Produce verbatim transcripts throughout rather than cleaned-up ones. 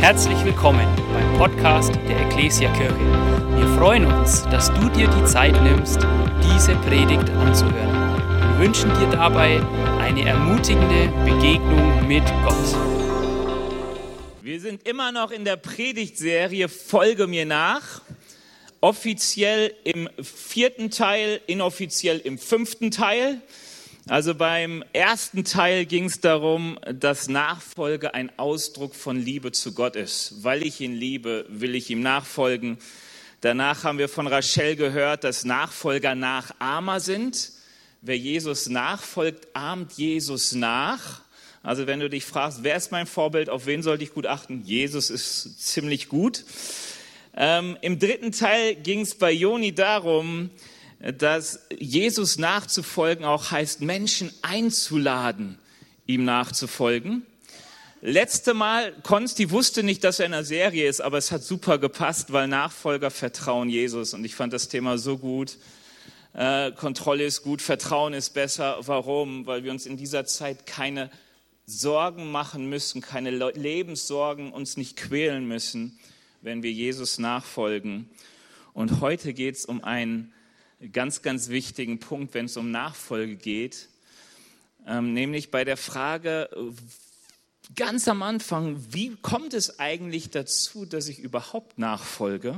Herzlich willkommen beim Podcast der Ecclesia Kirche. Wir freuen uns, dass du dir die Zeit nimmst, diese Predigt anzuhören. Wir wünschen dir dabei eine ermutigende Begegnung mit Gott. Wir sind immer noch in der Predigtserie Folge mir nach. Offiziell im vierten Teil, inoffiziell im fünften Teil. Also beim ersten Teil ging es darum, dass Nachfolge ein Ausdruck von Liebe zu Gott ist. Weil ich ihn liebe, will ich ihm nachfolgen. Danach haben wir von Rachel gehört, dass Nachfolger Nachahmer sind. Wer Jesus nachfolgt, ahmt Jesus nach. Also wenn du dich fragst, wer ist mein Vorbild, auf wen sollte ich gut achten? Jesus ist ziemlich gut. Ähm, Im dritten Teil ging es bei Joni darum, dass Jesus nachzufolgen auch heißt, Menschen einzuladen, ihm nachzufolgen. Letzte Mal, Konsti wusste nicht, dass er in einer Serie ist, aber es hat super gepasst, weil Nachfolger vertrauen Jesus. Und ich fand das Thema so gut. Äh, Kontrolle ist gut, Vertrauen ist besser. Warum? Weil wir uns in dieser Zeit keine Sorgen machen müssen, keine Lebenssorgen uns nicht quälen müssen, wenn wir Jesus nachfolgen. Und heute geht es um einen ganz, ganz wichtigen Punkt, wenn es um Nachfolge geht, ähm, nämlich bei der Frage ganz am Anfang, wie kommt es eigentlich dazu, dass ich überhaupt nachfolge?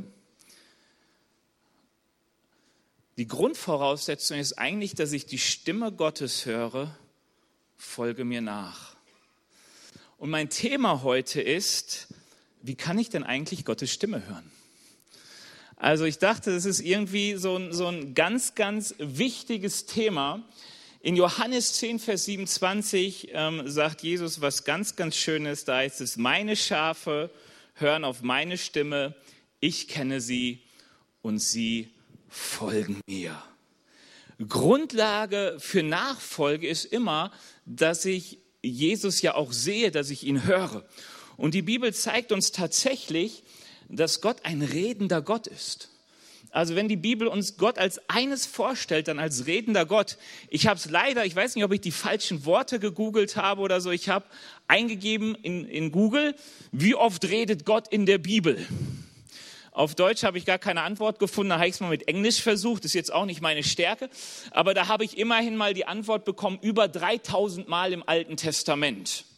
Die Grundvoraussetzung ist eigentlich, dass ich die Stimme Gottes höre, folge mir nach. Und mein Thema heute ist, wie kann ich denn eigentlich Gottes Stimme hören? Also ich dachte, das ist irgendwie so ein, so ein ganz, ganz wichtiges Thema. In Johannes zehn, Vers siebenundzwanzig ähm, sagt Jesus was ganz, ganz Schönes. Da heißt es, meine Schafe hören auf meine Stimme, ich kenne sie und sie folgen mir. Grundlage für Nachfolge ist immer, dass ich Jesus ja auch sehe, dass ich ihn höre. Und die Bibel zeigt uns tatsächlich, dass Gott ein redender Gott ist. Also wenn die Bibel uns Gott als eines vorstellt, dann als redender Gott. Ich habe es leider, ich weiß nicht, ob ich die falschen Worte gegoogelt habe oder so, ich habe eingegeben in, in Google, wie oft redet Gott in der Bibel? Auf Deutsch habe ich gar keine Antwort gefunden, da habe ich es mal mit Englisch versucht, das ist jetzt auch nicht meine Stärke, aber da habe ich immerhin mal die Antwort bekommen, über dreitausend Mal im Alten Testament.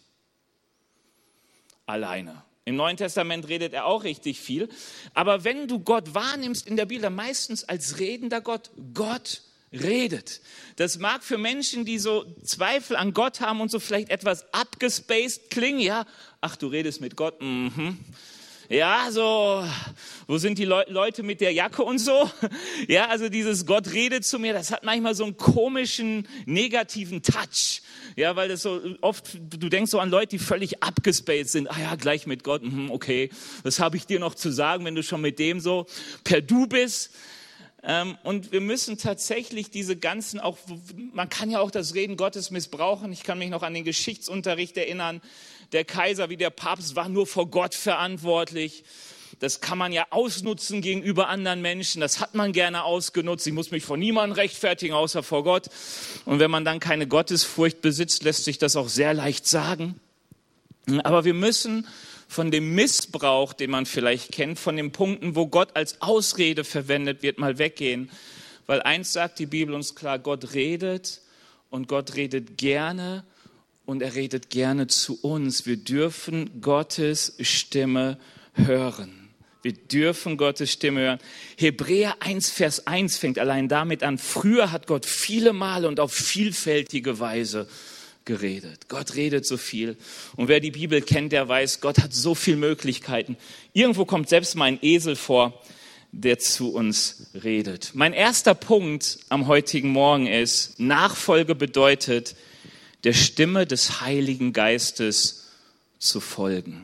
Alleine. Im Neuen Testament redet er auch richtig viel. Aber wenn du Gott wahrnimmst in der Bibel, dann meistens als redender Gott. Gott redet. Das mag für Menschen, die so Zweifel an Gott haben und so vielleicht etwas abgespaced klingen. Ja, ach, du redest mit Gott. Mhm. Ja, so, wo sind die Le- Leute mit der Jacke und so? Ja, also dieses Gott redet zu mir, das hat manchmal so einen komischen, negativen Touch. Ja, weil das so oft, du denkst so an Leute, die völlig abgespaced sind. Ah ja, gleich mit Gott, mhm, okay, was habe ich dir noch zu sagen, wenn du schon mit dem so per Du bist? Ähm, und wir müssen tatsächlich diese ganzen, auch man kann ja auch das Reden Gottes missbrauchen. Ich kann mich noch an den Geschichtsunterricht erinnern. Der Kaiser wie der Papst war nur vor Gott verantwortlich. Das kann man ja ausnutzen gegenüber anderen Menschen. Das hat man gerne ausgenutzt. Ich muss mich vor niemandem rechtfertigen, außer vor Gott. Und wenn man dann keine Gottesfurcht besitzt, lässt sich das auch sehr leicht sagen. Aber wir müssen von dem Missbrauch, den man vielleicht kennt, von den Punkten, wo Gott als Ausrede verwendet wird, mal weggehen. Weil eins sagt die Bibel uns klar, Gott redet und Gott redet gerne und er redet gerne zu uns. Wir dürfen Gottes Stimme hören. Wir dürfen Gottes Stimme hören. Hebräer eins, Vers eins fängt allein damit an. Früher hat Gott viele Male und auf vielfältige Weise geredet. Gott redet so viel. Und wer die Bibel kennt, der weiß, Gott hat so viele Möglichkeiten. Irgendwo kommt selbst mal ein Esel vor, der zu uns redet. Mein erster Punkt am heutigen Morgen ist, Nachfolge bedeutet, der Stimme des Heiligen Geistes zu folgen.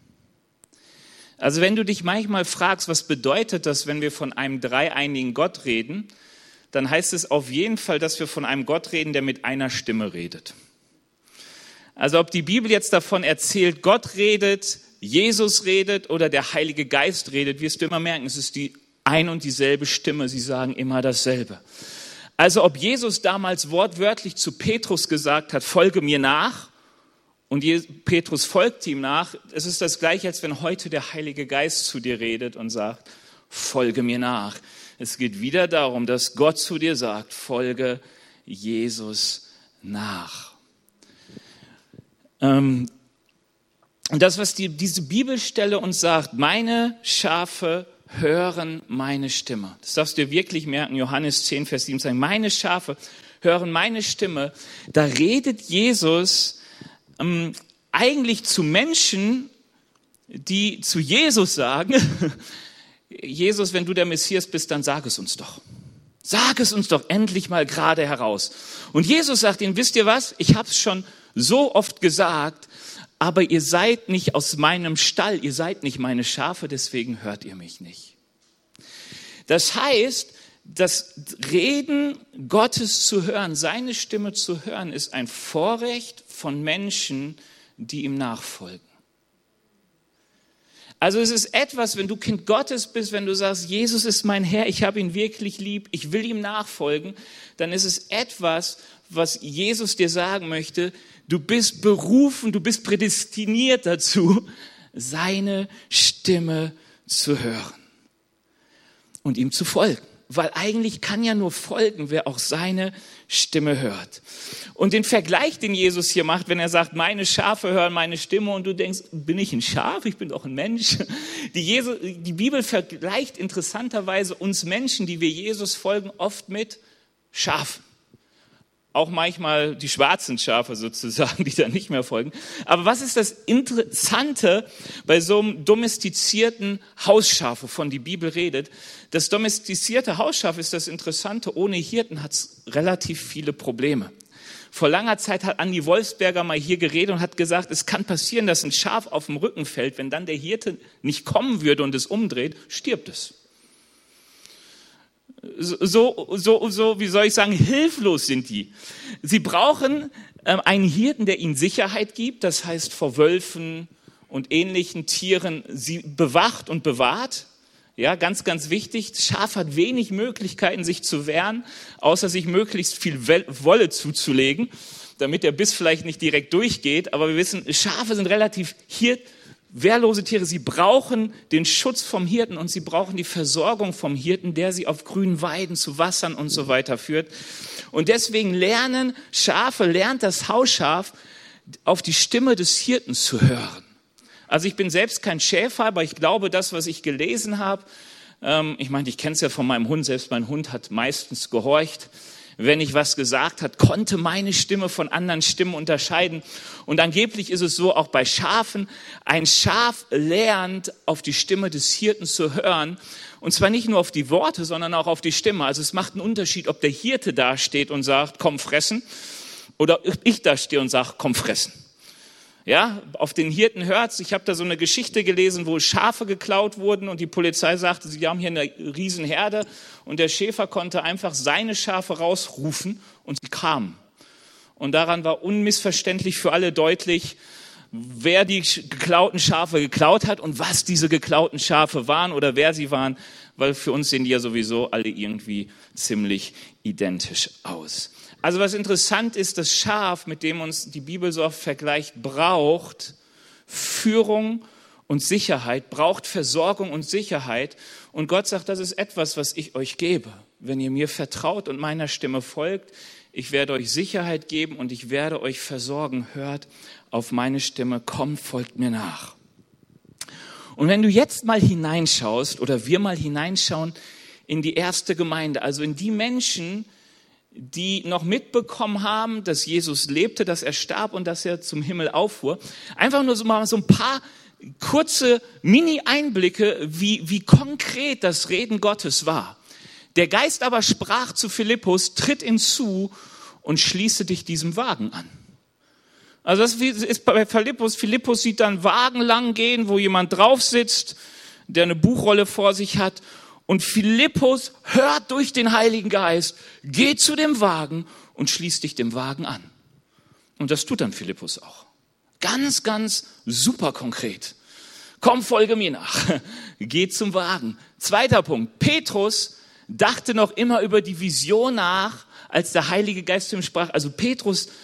Also wenn du dich manchmal fragst, was bedeutet das, wenn wir von einem dreieinigen Gott reden, dann heißt es auf jeden Fall, dass wir von einem Gott reden, der mit einer Stimme redet. Also ob die Bibel jetzt davon erzählt, Gott redet, Jesus redet oder der Heilige Geist redet, wirst du immer merken, es ist die ein und dieselbe Stimme, sie sagen immer dasselbe. Also ob Jesus damals wortwörtlich zu Petrus gesagt hat, folge mir nach, Und Petrus folgt ihm nach. Es ist das Gleiche, als wenn heute der Heilige Geist zu dir redet und sagt, folge mir nach. Es geht wieder darum, dass Gott zu dir sagt, folge Jesus nach. Ähm, und das, was die, diese Bibelstelle uns sagt, meine Schafe hören meine Stimme. Das darfst du dir wirklich merken, Johannes zehn, Vers siebenundzwanzig. Meine Schafe hören meine Stimme. Da redet Jesus ähm, eigentlich zu Menschen, die zu Jesus sagen, Jesus, wenn du der Messias bist, dann sag es uns doch. Sag es uns doch endlich mal gerade heraus. Und Jesus sagt ihnen, wisst ihr was? Ich habe es schon so oft gesagt, aber ihr seid nicht aus meinem Stall, ihr seid nicht meine Schafe, deswegen hört ihr mich nicht. Das heißt, das Reden Gottes zu hören, seine Stimme zu hören, ist ein Vorrecht von Menschen, die ihm nachfolgen. Also es ist etwas, wenn du Kind Gottes bist, wenn du sagst, Jesus ist mein Herr, ich habe ihn wirklich lieb, ich will ihm nachfolgen, dann ist es etwas, was Jesus dir sagen möchte, du bist berufen, du bist prädestiniert dazu, seine Stimme zu hören und ihm zu folgen. Weil eigentlich kann ja nur folgen, wer auch seine Stimme hört. Und den Vergleich, den Jesus hier macht, wenn er sagt, meine Schafe hören meine Stimme und du denkst, bin ich ein Schaf? Ich bin doch ein Mensch. Die, Jesus, die Bibel vergleicht interessanterweise uns Menschen, die wir Jesus folgen, oft mit Schafen. Auch manchmal die schwarzen Schafe sozusagen, die da nicht mehr folgen. Aber was ist das Interessante bei so einem domestizierten Hausschaf, wovon die Bibel redet? Das domestizierte Hausschaf ist das Interessante. Ohne Hirten hat es relativ viele Probleme. Vor langer Zeit hat Andi Wolfsberger mal hier geredet und hat gesagt, es kann passieren, dass ein Schaf auf dem Rücken fällt. Wenn dann der Hirte nicht kommen würde und es umdreht, stirbt es. So, so, so, wie soll ich sagen, hilflos sind die. Sie brauchen äh, einen Hirten, der ihnen Sicherheit gibt, das heißt vor Wölfen und ähnlichen Tieren sie bewacht und bewahrt. Ja, ganz, ganz wichtig. Das Schaf hat wenig Möglichkeiten, sich zu wehren, außer sich möglichst viel Wolle zuzulegen, damit der Biss vielleicht nicht direkt durchgeht. Aber wir wissen, Schafe sind relativ hirt wehrlose Tiere, sie brauchen den Schutz vom Hirten und sie brauchen die Versorgung vom Hirten, der sie auf grünen Weiden zu Wassern und so weiter führt. Und deswegen lernen Schafe, lernt das Hausschaf, auf die Stimme des Hirten zu hören. Also ich bin selbst kein Schäfer, aber ich glaube, das, was ich gelesen habe, ähm, ich meine, ich kenne es ja von meinem Hund, selbst mein Hund hat meistens gehorcht. Wenn ich was gesagt hat, konnte meine Stimme von anderen Stimmen unterscheiden. Und angeblich ist es so, auch bei Schafen, ein Schaf lernt, auf die Stimme des Hirten zu hören. Und zwar nicht nur auf die Worte, sondern auch auf die Stimme. Also es macht einen Unterschied, ob der Hirte da steht und sagt, komm fressen, oder ich da stehe und sage, komm fressen. Ja, auf den Hirten hört's. Ich habe da so eine Geschichte gelesen, wo Schafe geklaut wurden und die Polizei sagte, sie haben hier eine Riesenherde und der Schäfer konnte einfach seine Schafe rausrufen und sie kamen. Und daran war unmissverständlich für alle deutlich, wer die geklauten Schafe geklaut hat und was diese geklauten Schafe waren oder wer sie waren, weil für uns sehen die ja sowieso alle irgendwie ziemlich identisch aus. Also was interessant ist, das Schaf, mit dem uns die Bibel so oft vergleicht, braucht Führung und Sicherheit, braucht Versorgung und Sicherheit. Und Gott sagt, das ist etwas, was ich euch gebe. Wenn ihr mir vertraut und meiner Stimme folgt, ich werde euch Sicherheit geben und ich werde euch versorgen. Hört auf meine Stimme, kommt, folgt mir nach. Und wenn du jetzt mal hineinschaust oder wir mal hineinschauen in die erste Gemeinde, also in die Menschen, die noch mitbekommen haben, dass Jesus lebte, dass er starb und dass er zum Himmel auffuhr. Einfach nur so mal so ein paar kurze Mini-Einblicke, wie, wie konkret das Reden Gottes war. Der Geist aber sprach zu Philippus, tritt hinzu und schließe dich diesem Wagen an. Also das ist bei Philippus. Philippus sieht dann Wagen lang gehen, wo jemand drauf sitzt, der eine Buchrolle vor sich hat. Und Philippus hört durch den Heiligen Geist, geh zu dem Wagen und schließ dich dem Wagen an. Und das tut dann Philippus auch. Ganz, ganz super konkret. Komm, folge mir nach. Geh zum Wagen. Zweiter Punkt. Petrus dachte noch immer über die Vision nach, als der Heilige Geist zu ihm sprach. Also Petrus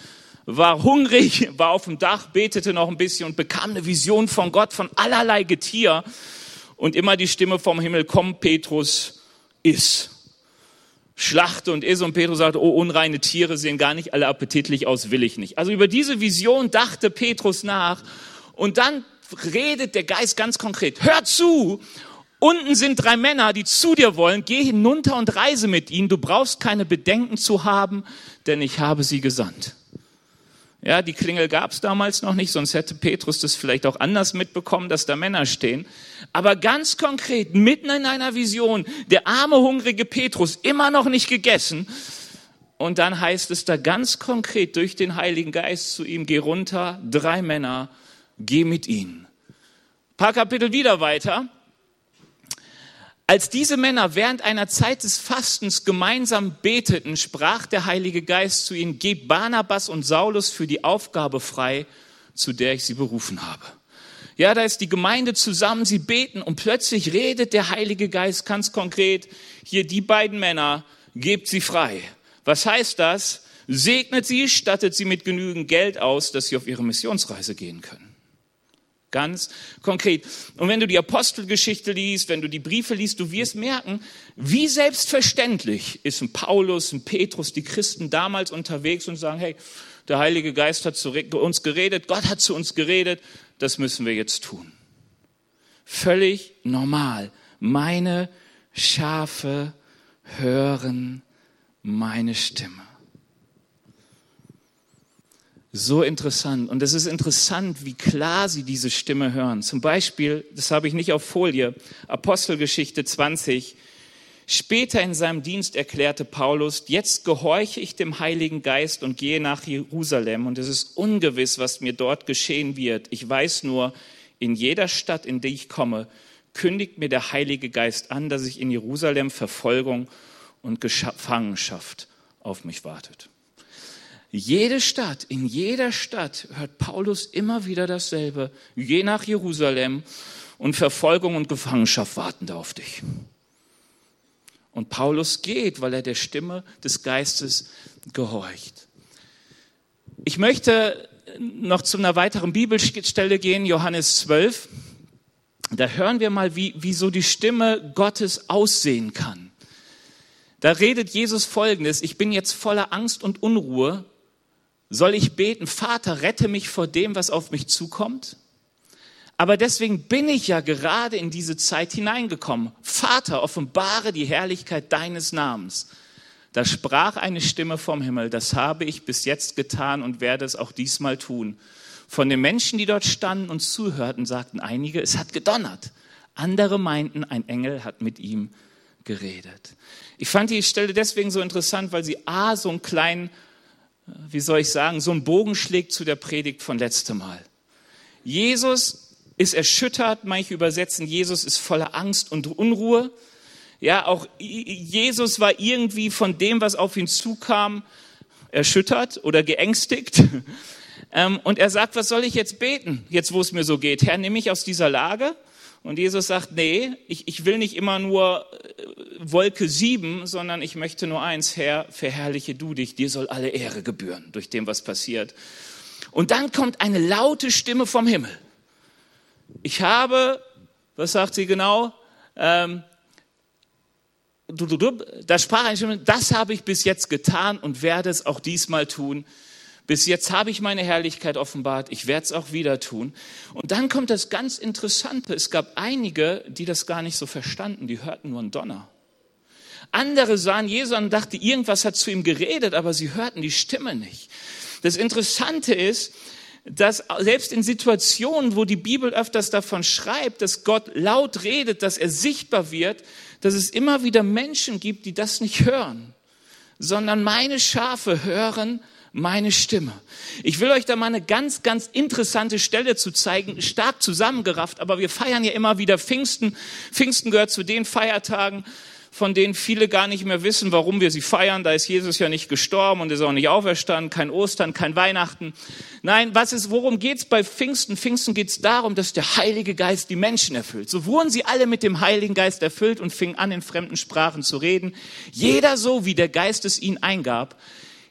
war hungrig, war auf dem Dach, betete noch ein bisschen und bekam eine Vision von Gott, von allerlei Getier. Und immer die Stimme vom Himmel, komm Petrus, iss. Schlachte und iss. Und Petrus sagte, oh, unreine Tiere sehen gar nicht alle appetitlich aus, will ich nicht. Also über diese Vision dachte Petrus nach. Und dann redet der Geist ganz konkret, hör zu! Unten sind drei Männer, die zu dir wollen. Geh hinunter und reise mit ihnen. Du brauchst keine Bedenken zu haben, denn ich habe sie gesandt. Ja, die Klingel gab es damals noch nicht, sonst hätte Petrus das vielleicht auch anders mitbekommen, dass da Männer stehen. Aber ganz konkret, mitten in einer Vision, der arme, hungrige Petrus, immer noch nicht gegessen. Und dann heißt es da ganz konkret durch den Heiligen Geist zu ihm, geh runter, drei Männer, geh mit ihnen. Ein paar Kapitel wieder weiter. Als diese Männer während einer Zeit des Fastens gemeinsam beteten, sprach der Heilige Geist zu ihnen, gebt Barnabas und Saulus für die Aufgabe frei, zu der ich sie berufen habe. Ja, da ist die Gemeinde zusammen, sie beten und plötzlich redet der Heilige Geist ganz konkret, hier die beiden Männer, gebt sie frei. Was heißt das? Segnet sie, stattet sie mit genügend Geld aus, dass sie auf ihre Missionsreise gehen können. Ganz konkret. Und wenn du die Apostelgeschichte liest, wenn du die Briefe liest, du wirst merken, wie selbstverständlich ist ein Paulus, ein Petrus, die Christen damals unterwegs und sagen, hey, der Heilige Geist hat zu uns geredet, Gott hat zu uns geredet, das müssen wir jetzt tun. Völlig normal. Meine Schafe hören meine Stimme. So interessant. Und es ist interessant, wie klar sie diese Stimme hören. Zum Beispiel, das habe ich nicht auf Folie, Apostelgeschichte zwanzig. Später in seinem Dienst erklärte Paulus, jetzt gehorche ich dem Heiligen Geist und gehe nach Jerusalem. Und es ist ungewiss, was mir dort geschehen wird. Ich weiß nur, in jeder Stadt, in die ich komme, kündigt mir der Heilige Geist an, dass ich in Jerusalem Verfolgung und Gefangenschaft auf mich wartet. Jede Stadt, in jeder Stadt hört Paulus immer wieder dasselbe. Geh nach Jerusalem und Verfolgung und Gefangenschaft warten da auf dich. Und Paulus geht, weil er der Stimme des Geistes gehorcht. Ich möchte noch zu einer weiteren Bibelstelle gehen, Johannes zwölf. Da hören wir mal, wie, wie so die Stimme Gottes aussehen kann. Da redet Jesus Folgendes, ich bin jetzt voller Angst und Unruhe. Soll ich beten, Vater, rette mich vor dem, was auf mich zukommt? Aber deswegen bin ich ja gerade in diese Zeit hineingekommen. Vater, offenbare die Herrlichkeit deines Namens. Da sprach eine Stimme vom Himmel, das habe ich bis jetzt getan und werde es auch diesmal tun. Von den Menschen, die dort standen und zuhörten, sagten einige, es hat gedonnert. Andere meinten, ein Engel hat mit ihm geredet. Ich fand die Stelle deswegen so interessant, weil sie a, so einen kleinen, wie soll ich sagen, so einen Bogen schlägt zu der Predigt von letztem Mal. Jesus ist erschüttert, manche übersetzen, Jesus ist voller Angst und Unruhe. Ja, auch Jesus war irgendwie von dem, was auf ihn zukam, erschüttert oder geängstigt. Und er sagt, was soll ich jetzt beten, jetzt wo es mir so geht? Herr, nimm mich aus dieser Lage. Und Jesus sagt, nee, ich, ich will nicht immer nur Wolke sieben, sondern ich möchte nur eins, Herr, verherrliche du dich, dir soll alle Ehre gebühren durch dem, was passiert. Und dann kommt eine laute Stimme vom Himmel. Ich habe, was sagt sie genau? Ähm, da sprach eine Stimme, das habe ich bis jetzt getan und werde es auch diesmal tun. Bis jetzt habe ich meine Herrlichkeit offenbart, ich werde es auch wieder tun. Und dann kommt das ganz Interessante, es gab einige, die das gar nicht so verstanden, die hörten nur einen Donner. Andere sahen Jesus und dachten, irgendwas hat zu ihm geredet, aber sie hörten die Stimme nicht. Das Interessante ist, dass selbst in Situationen, wo die Bibel öfters davon schreibt, dass Gott laut redet, dass er sichtbar wird, dass es immer wieder Menschen gibt, die das nicht hören, sondern meine Schafe hören meine Stimme. Ich will euch da mal eine ganz, ganz interessante Stelle zu zeigen, stark zusammengerafft, aber wir feiern ja immer wieder Pfingsten. Pfingsten gehört zu den Feiertagen, von denen viele gar nicht mehr wissen, warum wir sie feiern. Da ist Jesus ja nicht gestorben und ist auch nicht auferstanden, kein Ostern, kein Weihnachten. Nein, was ist, worum geht's bei Pfingsten? Pfingsten geht's darum, dass der Heilige Geist die Menschen erfüllt. So wurden sie alle mit dem Heiligen Geist erfüllt und fingen an, in fremden Sprachen zu reden. Jeder so, wie der Geist es ihnen eingab.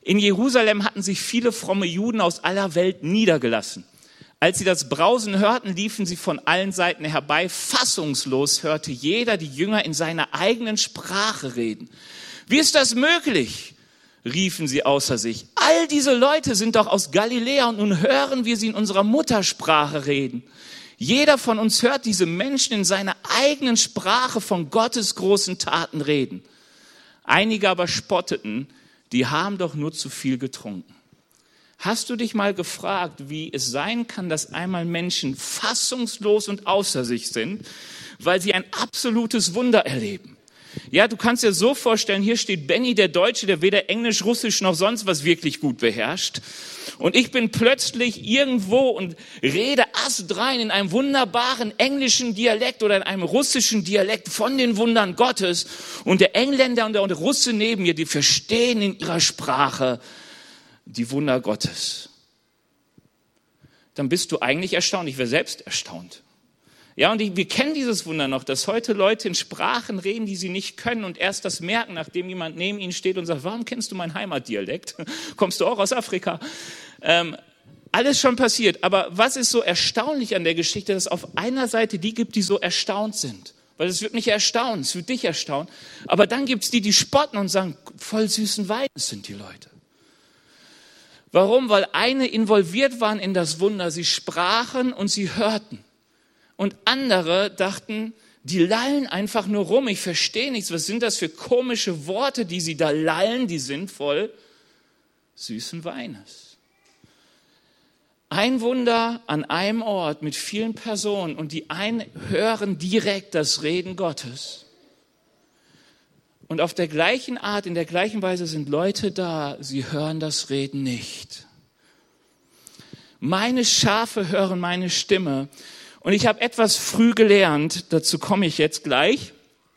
In Jerusalem hatten sich viele fromme Juden aus aller Welt niedergelassen. Als sie das Brausen hörten, liefen sie von allen Seiten herbei. Fassungslos hörte jeder die Jünger in seiner eigenen Sprache reden. Wie ist das möglich? Riefen sie außer sich. All diese Leute sind doch aus Galiläa und nun hören wir sie in unserer Muttersprache reden. Jeder von uns hört diese Menschen in seiner eigenen Sprache von Gottes großen Taten reden. Einige aber spotteten, die haben doch nur zu viel getrunken. Hast du dich mal gefragt, wie es sein kann, dass einmal Menschen fassungslos und außer sich sind, weil sie ein absolutes Wunder erleben? Ja, du kannst dir so vorstellen, hier steht Benny, der Deutsche, der weder Englisch, Russisch noch sonst was wirklich gut beherrscht. Und ich bin plötzlich irgendwo und rede astrein in einem wunderbaren englischen Dialekt oder in einem russischen Dialekt von den Wundern Gottes. Und der Engländer und der Russe neben mir, die verstehen in ihrer Sprache die Wunder Gottes. Dann bist du eigentlich erstaunt. Ich wäre selbst erstaunt. Ja, und die, wir kennen dieses Wunder noch, dass heute Leute in Sprachen reden, die sie nicht können und erst das merken, nachdem jemand neben ihnen steht und sagt, warum kennst du meinen Heimatdialekt? Kommst du auch aus Afrika? Ähm, alles schon passiert. Aber was ist so erstaunlich an der Geschichte, dass es auf einer Seite die gibt, die so erstaunt sind? Weil es wird mich erstaunen, es wird dich erstaunen. Aber dann gibt es die, die spotten und sagen, voll süßen Wein sind die Leute. Warum? Weil eine involviert waren in das Wunder. Sie sprachen und sie hörten. Und andere dachten, die lallen einfach nur rum. Ich verstehe nichts. Was sind das für komische Worte, die sie da lallen? Die sind voll süßen Weines. Ein Wunder an einem Ort mit vielen Personen und die einen hören direkt das Reden Gottes. Und auf der gleichen Art, in der gleichen Weise sind Leute da, sie hören das Reden nicht. Meine Schafe hören meine Stimme. Und ich habe etwas früh gelernt, dazu komme ich jetzt gleich.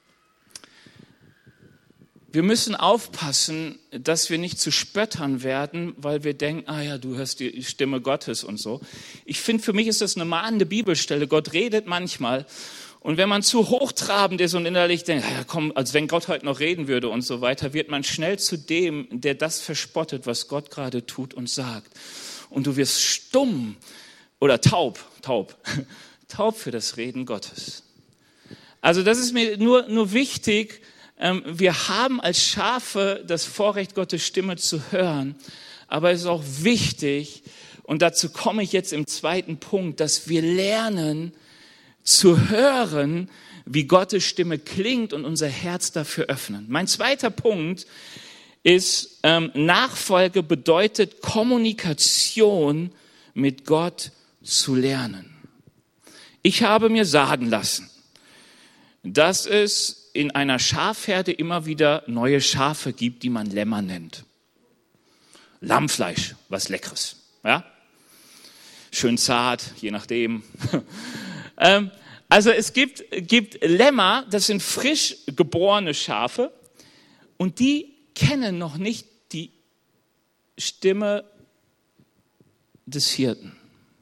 Wir müssen aufpassen, dass wir nicht zu Spöttern werden, weil wir denken, ah ja, du hörst die Stimme Gottes und so. Ich finde, für mich ist das eine mahnende Bibelstelle. Gott redet manchmal. Und wenn man zu hochtrabend ist und innerlich denkt, ja komm, als wenn Gott heute noch reden würde und so weiter, wird man schnell zu dem, der das verspottet, was Gott gerade tut und sagt. Und du wirst stumm oder taub, taub. taub für das Reden Gottes. Also das ist mir nur, nur wichtig. Wir haben als Schafe das Vorrecht, Gottes Stimme zu hören. Aber es ist auch wichtig, und dazu komme ich jetzt im zweiten Punkt, dass wir lernen zu hören, wie Gottes Stimme klingt und unser Herz dafür öffnen. Mein zweiter Punkt ist, ähm, Nachfolge bedeutet Kommunikation mit Gott zu lernen. Ich habe mir sagen lassen, dass es in einer Schafherde immer wieder neue Schafe gibt, die man Lämmer nennt. Lammfleisch, was Leckeres, ja? Schön zart, je nachdem. ähm, also es gibt, gibt Lämmer, das sind frisch geborene Schafe und die kennen noch nicht die Stimme des Hirten.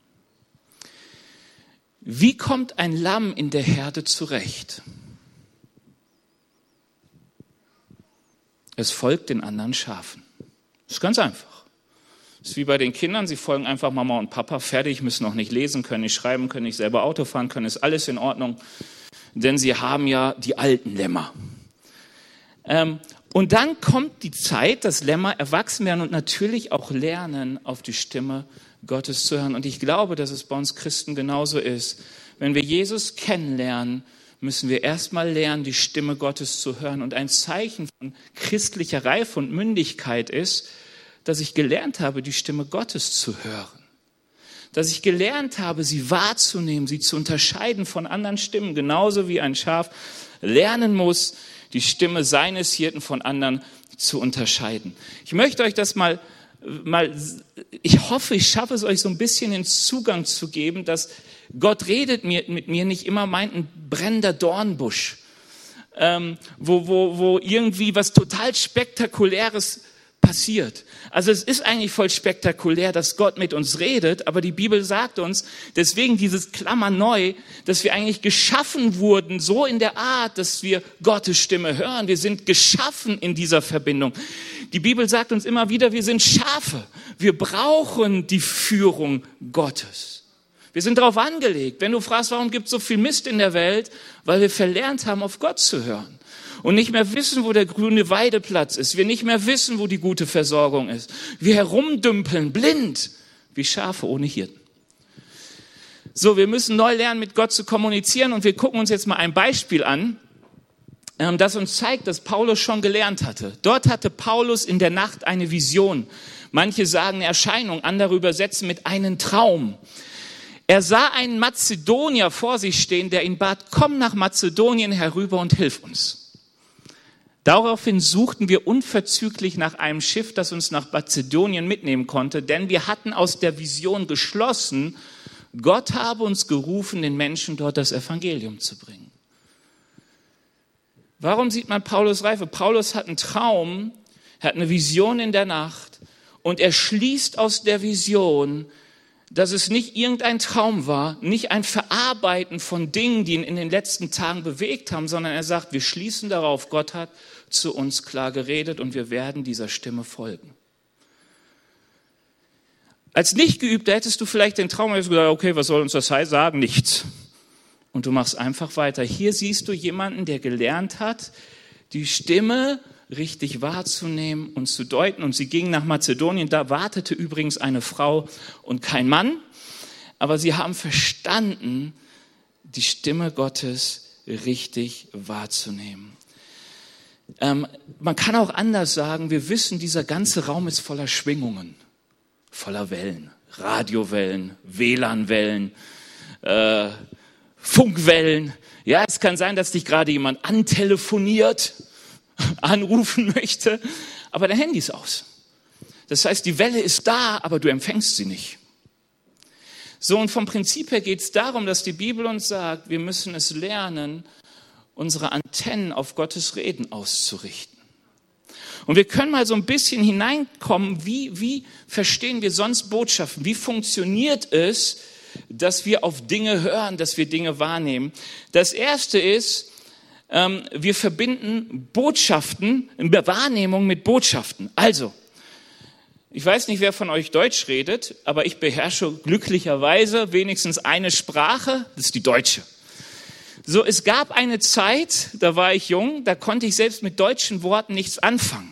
Wie kommt ein Lamm in der Herde zurecht? Es folgt den anderen Schafen. Das ist ganz einfach. Das ist wie bei den Kindern, sie folgen einfach Mama und Papa, fertig, müssen noch nicht lesen, können nicht schreiben, können nicht selber Auto fahren, können, ist alles in Ordnung, denn sie haben ja die alten Lämmer. Ähm, und dann kommt die Zeit, dass Lämmer erwachsen werden und natürlich auch lernen, auf die Stimme Gottes zu hören. Und ich glaube, dass es bei uns Christen genauso ist. Wenn wir Jesus kennenlernen, müssen wir erstmal lernen, die Stimme Gottes zu hören. Und ein Zeichen von christlicher Reife und Mündigkeit ist, dass ich gelernt habe, die Stimme Gottes zu hören. Dass ich gelernt habe, sie wahrzunehmen, sie zu unterscheiden von anderen Stimmen. Genauso wie ein Schaf lernen muss, die Stimme seines Hirten von anderen zu unterscheiden. Ich möchte euch das mal Mal, ich hoffe, ich schaffe es euch so ein bisschen den Zugang zu geben, dass Gott redet mir, mit mir nicht immer meint ein brennender Dornbusch, ähm, wo, wo, wo irgendwie was total Spektakuläres passiert. Also es ist eigentlich voll spektakulär, dass Gott mit uns redet, aber die Bibel sagt uns, deswegen dieses Klammer neu, dass wir eigentlich geschaffen wurden, so in der Art, dass wir Gottes Stimme hören. Wir sind geschaffen in dieser Verbindung. Die Bibel sagt uns immer wieder, wir sind Schafe. Wir brauchen die Führung Gottes. Wir sind darauf angelegt. Wenn du fragst, warum gibt es so viel Mist in der Welt? Weil wir verlernt haben, auf Gott zu hören. Und nicht mehr wissen, wo der grüne Weideplatz ist. Wir nicht mehr wissen, wo die gute Versorgung ist. Wir herumdümpeln, blind, wie Schafe ohne Hirten. So, wir müssen neu lernen, mit Gott zu kommunizieren. Und wir gucken uns jetzt mal ein Beispiel an, das uns zeigt, dass Paulus schon gelernt hatte. Dort hatte Paulus in der Nacht eine Vision. Manche sagen eine Erscheinung, andere übersetzen mit einem Traum. Er sah einen Mazedonier vor sich stehen, der ihn bat, komm nach Mazedonien herüber und hilf uns. Daraufhin suchten wir unverzüglich nach einem Schiff, das uns nach Mazedonien mitnehmen konnte, denn wir hatten aus der Vision geschlossen, Gott habe uns gerufen, den Menschen dort das Evangelium zu bringen. Warum sieht man Paulus Reife? Paulus hat einen Traum, er hat eine Vision in der Nacht und er schließt aus der Vision, dass es nicht irgendein Traum war, nicht ein Verarbeiten von Dingen, die ihn in den letzten Tagen bewegt haben, sondern er sagt, wir schließen darauf, Gott hat zu uns klar geredet und wir werden dieser Stimme folgen. Als Nichtgeübter hättest du vielleicht den Traum, hättest gesagt, okay, was soll uns das sagen? Nichts. Und du machst einfach weiter. Hier siehst du jemanden, der gelernt hat, die Stimme richtig wahrzunehmen und zu deuten. Und sie ging nach Mazedonien. Da wartete übrigens eine Frau und kein Mann. Aber sie haben verstanden, die Stimme Gottes richtig wahrzunehmen. Ähm, man kann auch anders sagen, wir wissen, dieser ganze Raum ist voller Schwingungen, voller Wellen, Radiowellen, W L A N-Wellen, äh, Funkwellen. Ja, es kann sein, dass dich gerade jemand antelefoniert, anrufen möchte, aber dein Handy ist aus. Das heißt, die Welle ist da, aber du empfängst sie nicht. So, und vom Prinzip her geht es darum, dass die Bibel uns sagt, wir müssen es lernen, unsere Antennen auf Gottes Reden auszurichten. Und wir können mal so ein bisschen hineinkommen, wie, wie verstehen wir sonst Botschaften? Wie funktioniert es, dass wir auf Dinge hören, dass wir Dinge wahrnehmen? Das Erste ist, ähm, wir verbinden Botschaften, Wahrnehmung mit Botschaften. Also, ich weiß nicht, wer von euch Deutsch redet, aber ich beherrsche glücklicherweise wenigstens eine Sprache, das ist die deutsche. So, es gab eine Zeit, da war ich jung, da konnte ich selbst mit deutschen Worten nichts anfangen.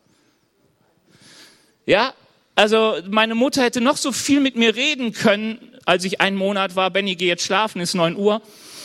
Ja, also meine Mutter hätte noch so viel mit mir reden können, als ich einen Monat war. Benni, geh jetzt schlafen, ist neun Uhr.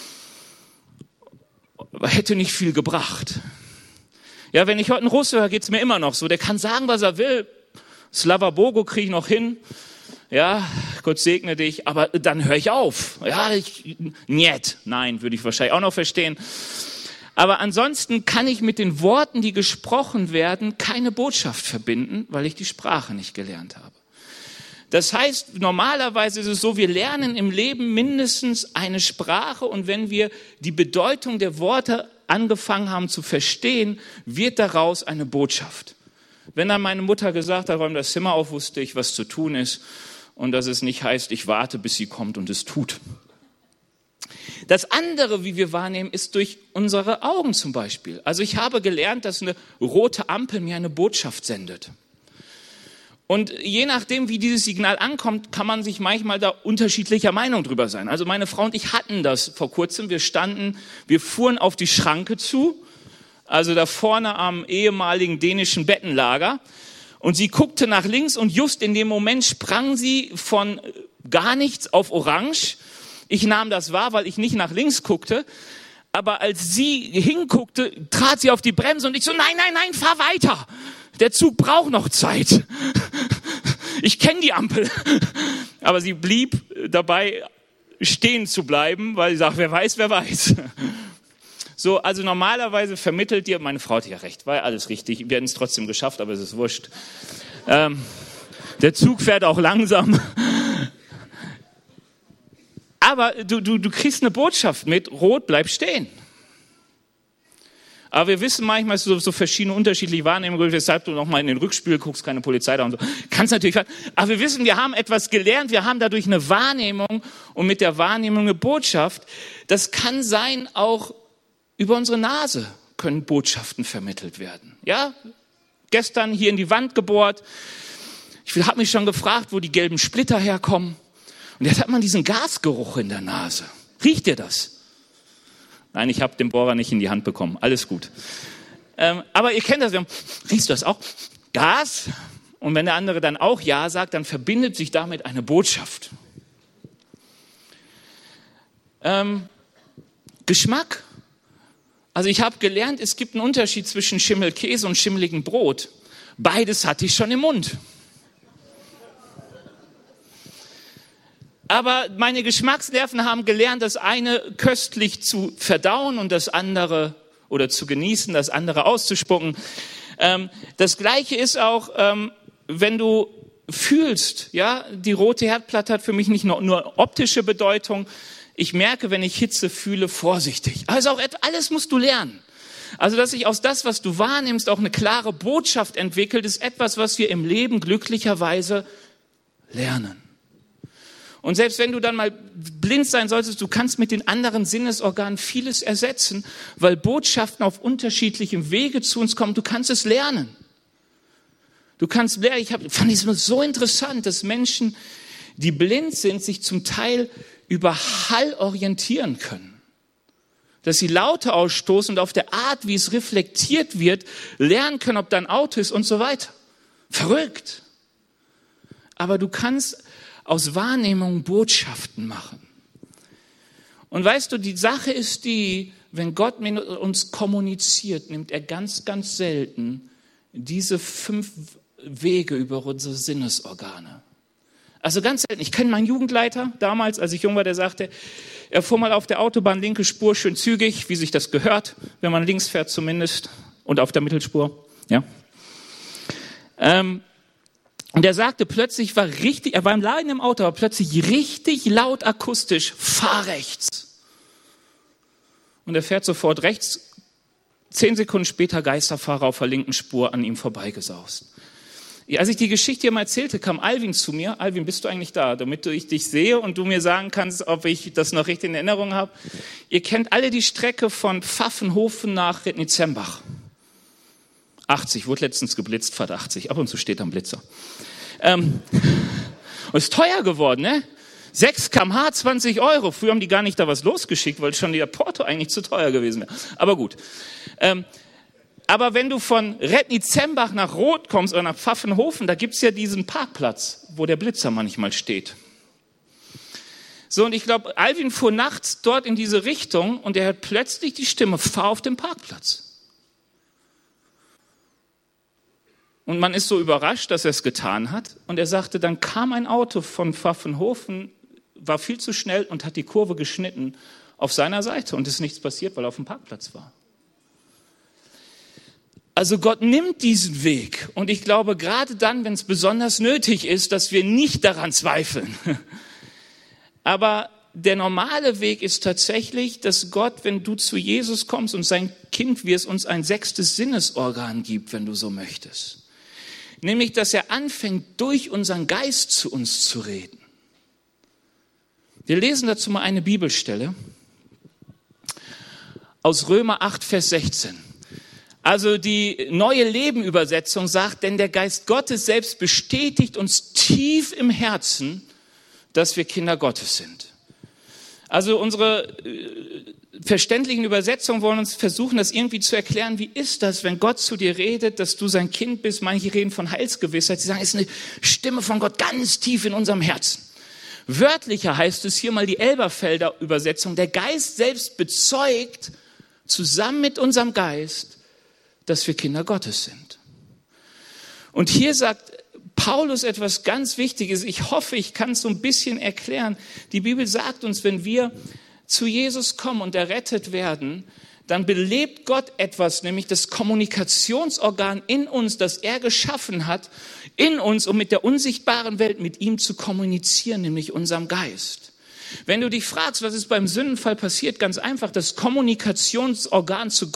Hätte nicht viel gebracht. Ja, wenn ich heute einen Russe höre, geht's mir immer noch so. Der kann sagen, was er will. Slava Bogo kriege ich noch hin. Ja, Gott segne dich, aber dann höre ich auf. Ja, ich, niet, nein, würde ich wahrscheinlich auch noch verstehen. Aber ansonsten kann ich mit den Worten, die gesprochen werden, keine Botschaft verbinden, weil ich die Sprache nicht gelernt habe. Das heißt, normalerweise ist es so, wir lernen im Leben mindestens eine Sprache und wenn wir die Bedeutung der Worte angefangen haben zu verstehen, wird daraus eine Botschaft. Wenn dann meine Mutter gesagt hat, räum das Zimmer auf, wusste ich, was zu tun ist. Und dass es nicht heißt, ich warte, bis sie kommt und es tut. Das andere, wie wir wahrnehmen, ist durch unsere Augen zum Beispiel. Also ich habe gelernt, dass eine rote Ampel mir eine Botschaft sendet. Und je nachdem, wie dieses Signal ankommt, kann man sich manchmal da unterschiedlicher Meinung drüber sein. Also meine Frau und ich hatten das vor kurzem. Wir standen, wir fuhren auf die Schranke zu, also da vorne am ehemaligen dänischen Bettenlager. Und sie guckte nach links und just in dem Moment sprang sie von gar nichts auf orange. Ich nahm das wahr, weil ich nicht nach links guckte. Aber als sie hinguckte, trat sie auf die Bremse und ich so, nein, nein, nein, fahr weiter. Der Zug braucht noch Zeit. Ich kenne die Ampel. Aber sie blieb dabei, stehen zu bleiben, weil sie sagt, wer weiß, wer weiß. So, also normalerweise vermittelt dir, meine Frau hat ja recht, war ja alles richtig, wir hätten es trotzdem geschafft, aber es ist wurscht. Ähm, der Zug fährt auch langsam. Aber du, du, du kriegst eine Botschaft mit, rot, bleib stehen. Aber wir wissen manchmal so, so verschiedene unterschiedliche Wahrnehmungen, weshalb du nochmal in den Rückspiegel guckst, keine Polizei da und so. Kannst natürlich, aber wir wissen, wir haben etwas gelernt, wir haben dadurch eine Wahrnehmung und mit der Wahrnehmung eine Botschaft. Das kann sein, auch über unsere Nase können Botschaften vermittelt werden. Ja, gestern hier in die Wand gebohrt. Ich habe mich schon gefragt, wo die gelben Splitter herkommen. Und jetzt hat man diesen Gasgeruch in der Nase. Riecht ihr das? Nein, ich habe den Bohrer nicht in die Hand bekommen. Alles gut. Ähm, aber ihr kennt das. Riechst du das auch? Gas? Und wenn der andere dann auch Ja sagt, dann verbindet sich damit eine Botschaft. Ähm, Geschmack. Also ich habe gelernt, es gibt einen Unterschied zwischen Schimmelkäse und schimmeligem Brot. Beides hatte ich schon im Mund. Aber meine Geschmacksnerven haben gelernt, das eine köstlich zu verdauen und das andere oder zu genießen, das andere auszuspucken. Ähm, das Gleiche ist auch, ähm, wenn du fühlst, ja, die rote Herdplatte hat für mich nicht nur, nur optische Bedeutung. Ich merke, wenn ich Hitze fühle, vorsichtig. Also auch alles musst du lernen. Also, dass sich aus das, was du wahrnimmst, auch eine klare Botschaft entwickelt, ist etwas, was wir im Leben glücklicherweise lernen. Und selbst wenn du dann mal blind sein solltest, du kannst mit den anderen Sinnesorganen vieles ersetzen, weil Botschaften auf unterschiedlichem Wege zu uns kommen. Du kannst es lernen. Du kannst lernen. Ich hab, fand es so interessant, dass Menschen, die blind sind, sich zum Teil über Hall orientieren können. Dass sie Laute ausstoßen und auf der Art, wie es reflektiert wird, lernen können, ob da ein Auto ist und so weiter. Verrückt. Aber du kannst aus Wahrnehmung Botschaften machen. Und weißt du, die Sache ist die, wenn Gott mit uns kommuniziert, nimmt er ganz, ganz selten diese fünf Wege über unsere Sinnesorgane. Also ganz selten. Ich kenne meinen Jugendleiter damals, als ich jung war, der sagte, er fuhr mal auf der Autobahn, linke Spur, schön zügig, wie sich das gehört, wenn man links fährt zumindest und auf der Mittelspur. Ja. Ähm, Und er sagte plötzlich, war richtig, er war im Laden im Auto, aber plötzlich richtig laut akustisch, fahr rechts. Und er fährt sofort rechts, zehn Sekunden später Geisterfahrer auf der linken Spur an ihm vorbeigesaust. Als ich die Geschichte hier mal erzählte, kam Alvin zu mir. Alvin, bist du eigentlich da? Damit ich dich sehe und du mir sagen kannst, ob ich das noch richtig in Erinnerung habe. Ihr kennt alle die Strecke von Pfaffenhofen nach Rednitzembach. achtzig, wurde letztens geblitzt, Fahrt achtzig. Ab und zu steht da ein Blitzer. Ähm, und ist teuer geworden, ne? sechs Kilometer pro Stunde, zwanzig Euro. Früher haben die gar nicht da was losgeschickt, weil schon der Porto eigentlich zu teuer gewesen wäre. Aber gut. Ähm, aber wenn du von Rednitzembach nach Roth kommst oder nach Pfaffenhofen, da gibt's ja diesen Parkplatz, wo der Blitzer manchmal steht. So, und ich glaube, Alvin fuhr nachts dort in diese Richtung und er hört plötzlich die Stimme, fahr auf den Parkplatz. Und man ist so überrascht, dass er es getan hat. Und er sagte, dann kam ein Auto von Pfaffenhofen, war viel zu schnell und hat die Kurve geschnitten auf seiner Seite. Und es ist nichts passiert, weil er auf dem Parkplatz war. Also Gott nimmt diesen Weg. Und ich glaube, gerade dann, wenn es besonders nötig ist, dass wir nicht daran zweifeln. Aber der normale Weg ist tatsächlich, dass Gott, wenn du zu Jesus kommst und sein Kind wirst, uns ein sechstes Sinnesorgan gibt, wenn du so möchtest. Nämlich, dass er anfängt, durch unseren Geist zu uns zu reden. Wir lesen dazu mal eine Bibelstelle aus Römer acht, Vers sechzehn. Also die Neue Leben-Übersetzung sagt, denn der Geist Gottes selbst bestätigt uns tief im Herzen, dass wir Kinder Gottes sind. Also unsere äh, verständlichen Übersetzungen wollen uns versuchen, das irgendwie zu erklären. Wie ist das, wenn Gott zu dir redet, dass du sein Kind bist? Manche reden von Heilsgewissheit. Sie sagen, es ist eine Stimme von Gott ganz tief in unserem Herzen. Wörtlicher heißt es hier mal die Elberfelder Übersetzung. Der Geist selbst bezeugt zusammen mit unserem Geist, dass wir Kinder Gottes sind. Und hier sagt Paulus etwas ganz Wichtiges. Ich hoffe, ich kann es so ein bisschen erklären. Die Bibel sagt uns, wenn wir zu Jesus kommen und errettet werden, dann belebt Gott etwas, nämlich das Kommunikationsorgan in uns, das er geschaffen hat, in uns, um mit der unsichtbaren Welt mit ihm zu kommunizieren, nämlich unserem Geist. Wenn du dich fragst, was ist beim Sündenfall passiert, ganz einfach, das Kommunikationsorgan zu Gott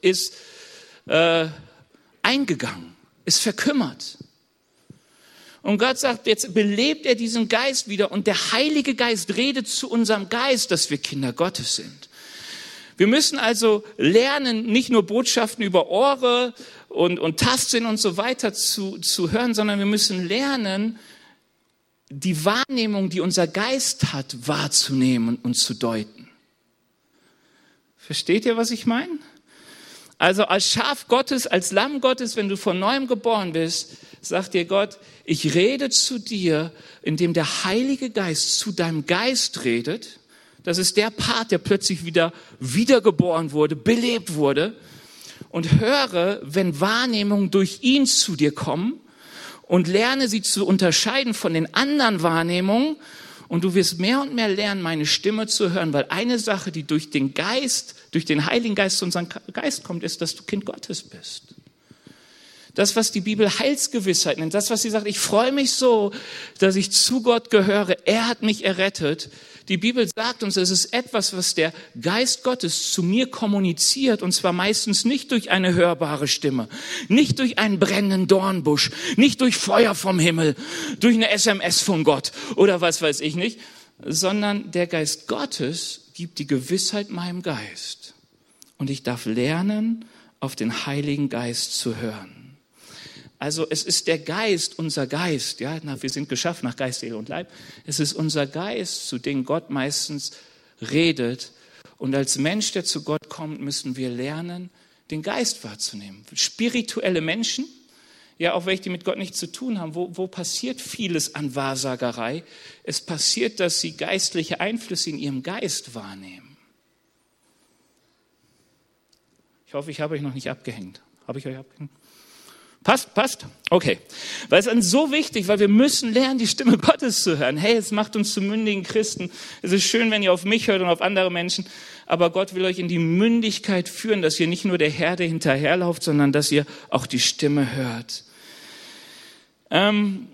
ist äh, eingegangen, ist verkümmert. Und Gott sagt, jetzt belebt er diesen Geist wieder und der Heilige Geist redet zu unserem Geist, dass wir Kinder Gottes sind. Wir müssen also lernen, nicht nur Botschaften über Ohren und, und Tastsinn und so weiter zu, zu hören, sondern wir müssen lernen, die Wahrnehmung, die unser Geist hat, wahrzunehmen und zu deuten. Versteht ihr, was ich meine? Also als Schaf Gottes, als Lamm Gottes, wenn du von Neuem geboren bist, sagt dir Gott, ich rede zu dir, indem der Heilige Geist zu deinem Geist redet. Das ist der Part, der plötzlich wieder wiedergeboren wurde, belebt wurde. Und höre, wenn Wahrnehmungen durch ihn zu dir kommen und lerne sie zu unterscheiden von den anderen Wahrnehmungen. Und du wirst mehr und mehr lernen, meine Stimme zu hören, weil eine Sache, die durch den Geist, durch den Heiligen Geist zu unserem Geist kommt, ist, dass du Kind Gottes bist. Das, was die Bibel Heilsgewissheit nennt, das, was sie sagt, ich freue mich so, dass ich zu Gott gehöre, er hat mich errettet. Die Bibel sagt uns, es ist etwas, was der Geist Gottes zu mir kommuniziert, und zwar meistens nicht durch eine hörbare Stimme, nicht durch einen brennenden Dornbusch, nicht durch Feuer vom Himmel, durch eine S M S von Gott oder was weiß ich nicht, sondern der Geist Gottes gibt die Gewissheit meinem Geist. Und ich darf lernen, auf den Heiligen Geist zu hören. Also es ist der Geist, unser Geist, ja, na, wir sind geschaffen nach Geist, Seele und Leib. Es ist unser Geist, zu dem Gott meistens redet. Und als Mensch, der zu Gott kommt, müssen wir lernen, den Geist wahrzunehmen. Spirituelle Menschen, ja, auch welche, die mit Gott nichts zu tun haben, wo, wo passiert vieles an Wahrsagerei? Es passiert, dass sie geistliche Einflüsse in ihrem Geist wahrnehmen. Ich hoffe, ich habe euch noch nicht abgehängt. Habe ich euch abgehängt? Passt, passt? Okay. Weil es ist so wichtig, weil wir müssen lernen, die Stimme Gottes zu hören. Hey, es macht uns zu mündigen Christen. Es ist schön, wenn ihr auf mich hört und auf andere Menschen. Aber Gott will euch in die Mündigkeit führen, dass ihr nicht nur der Herde hinterherlauft, sondern dass ihr auch die Stimme hört. Ähm,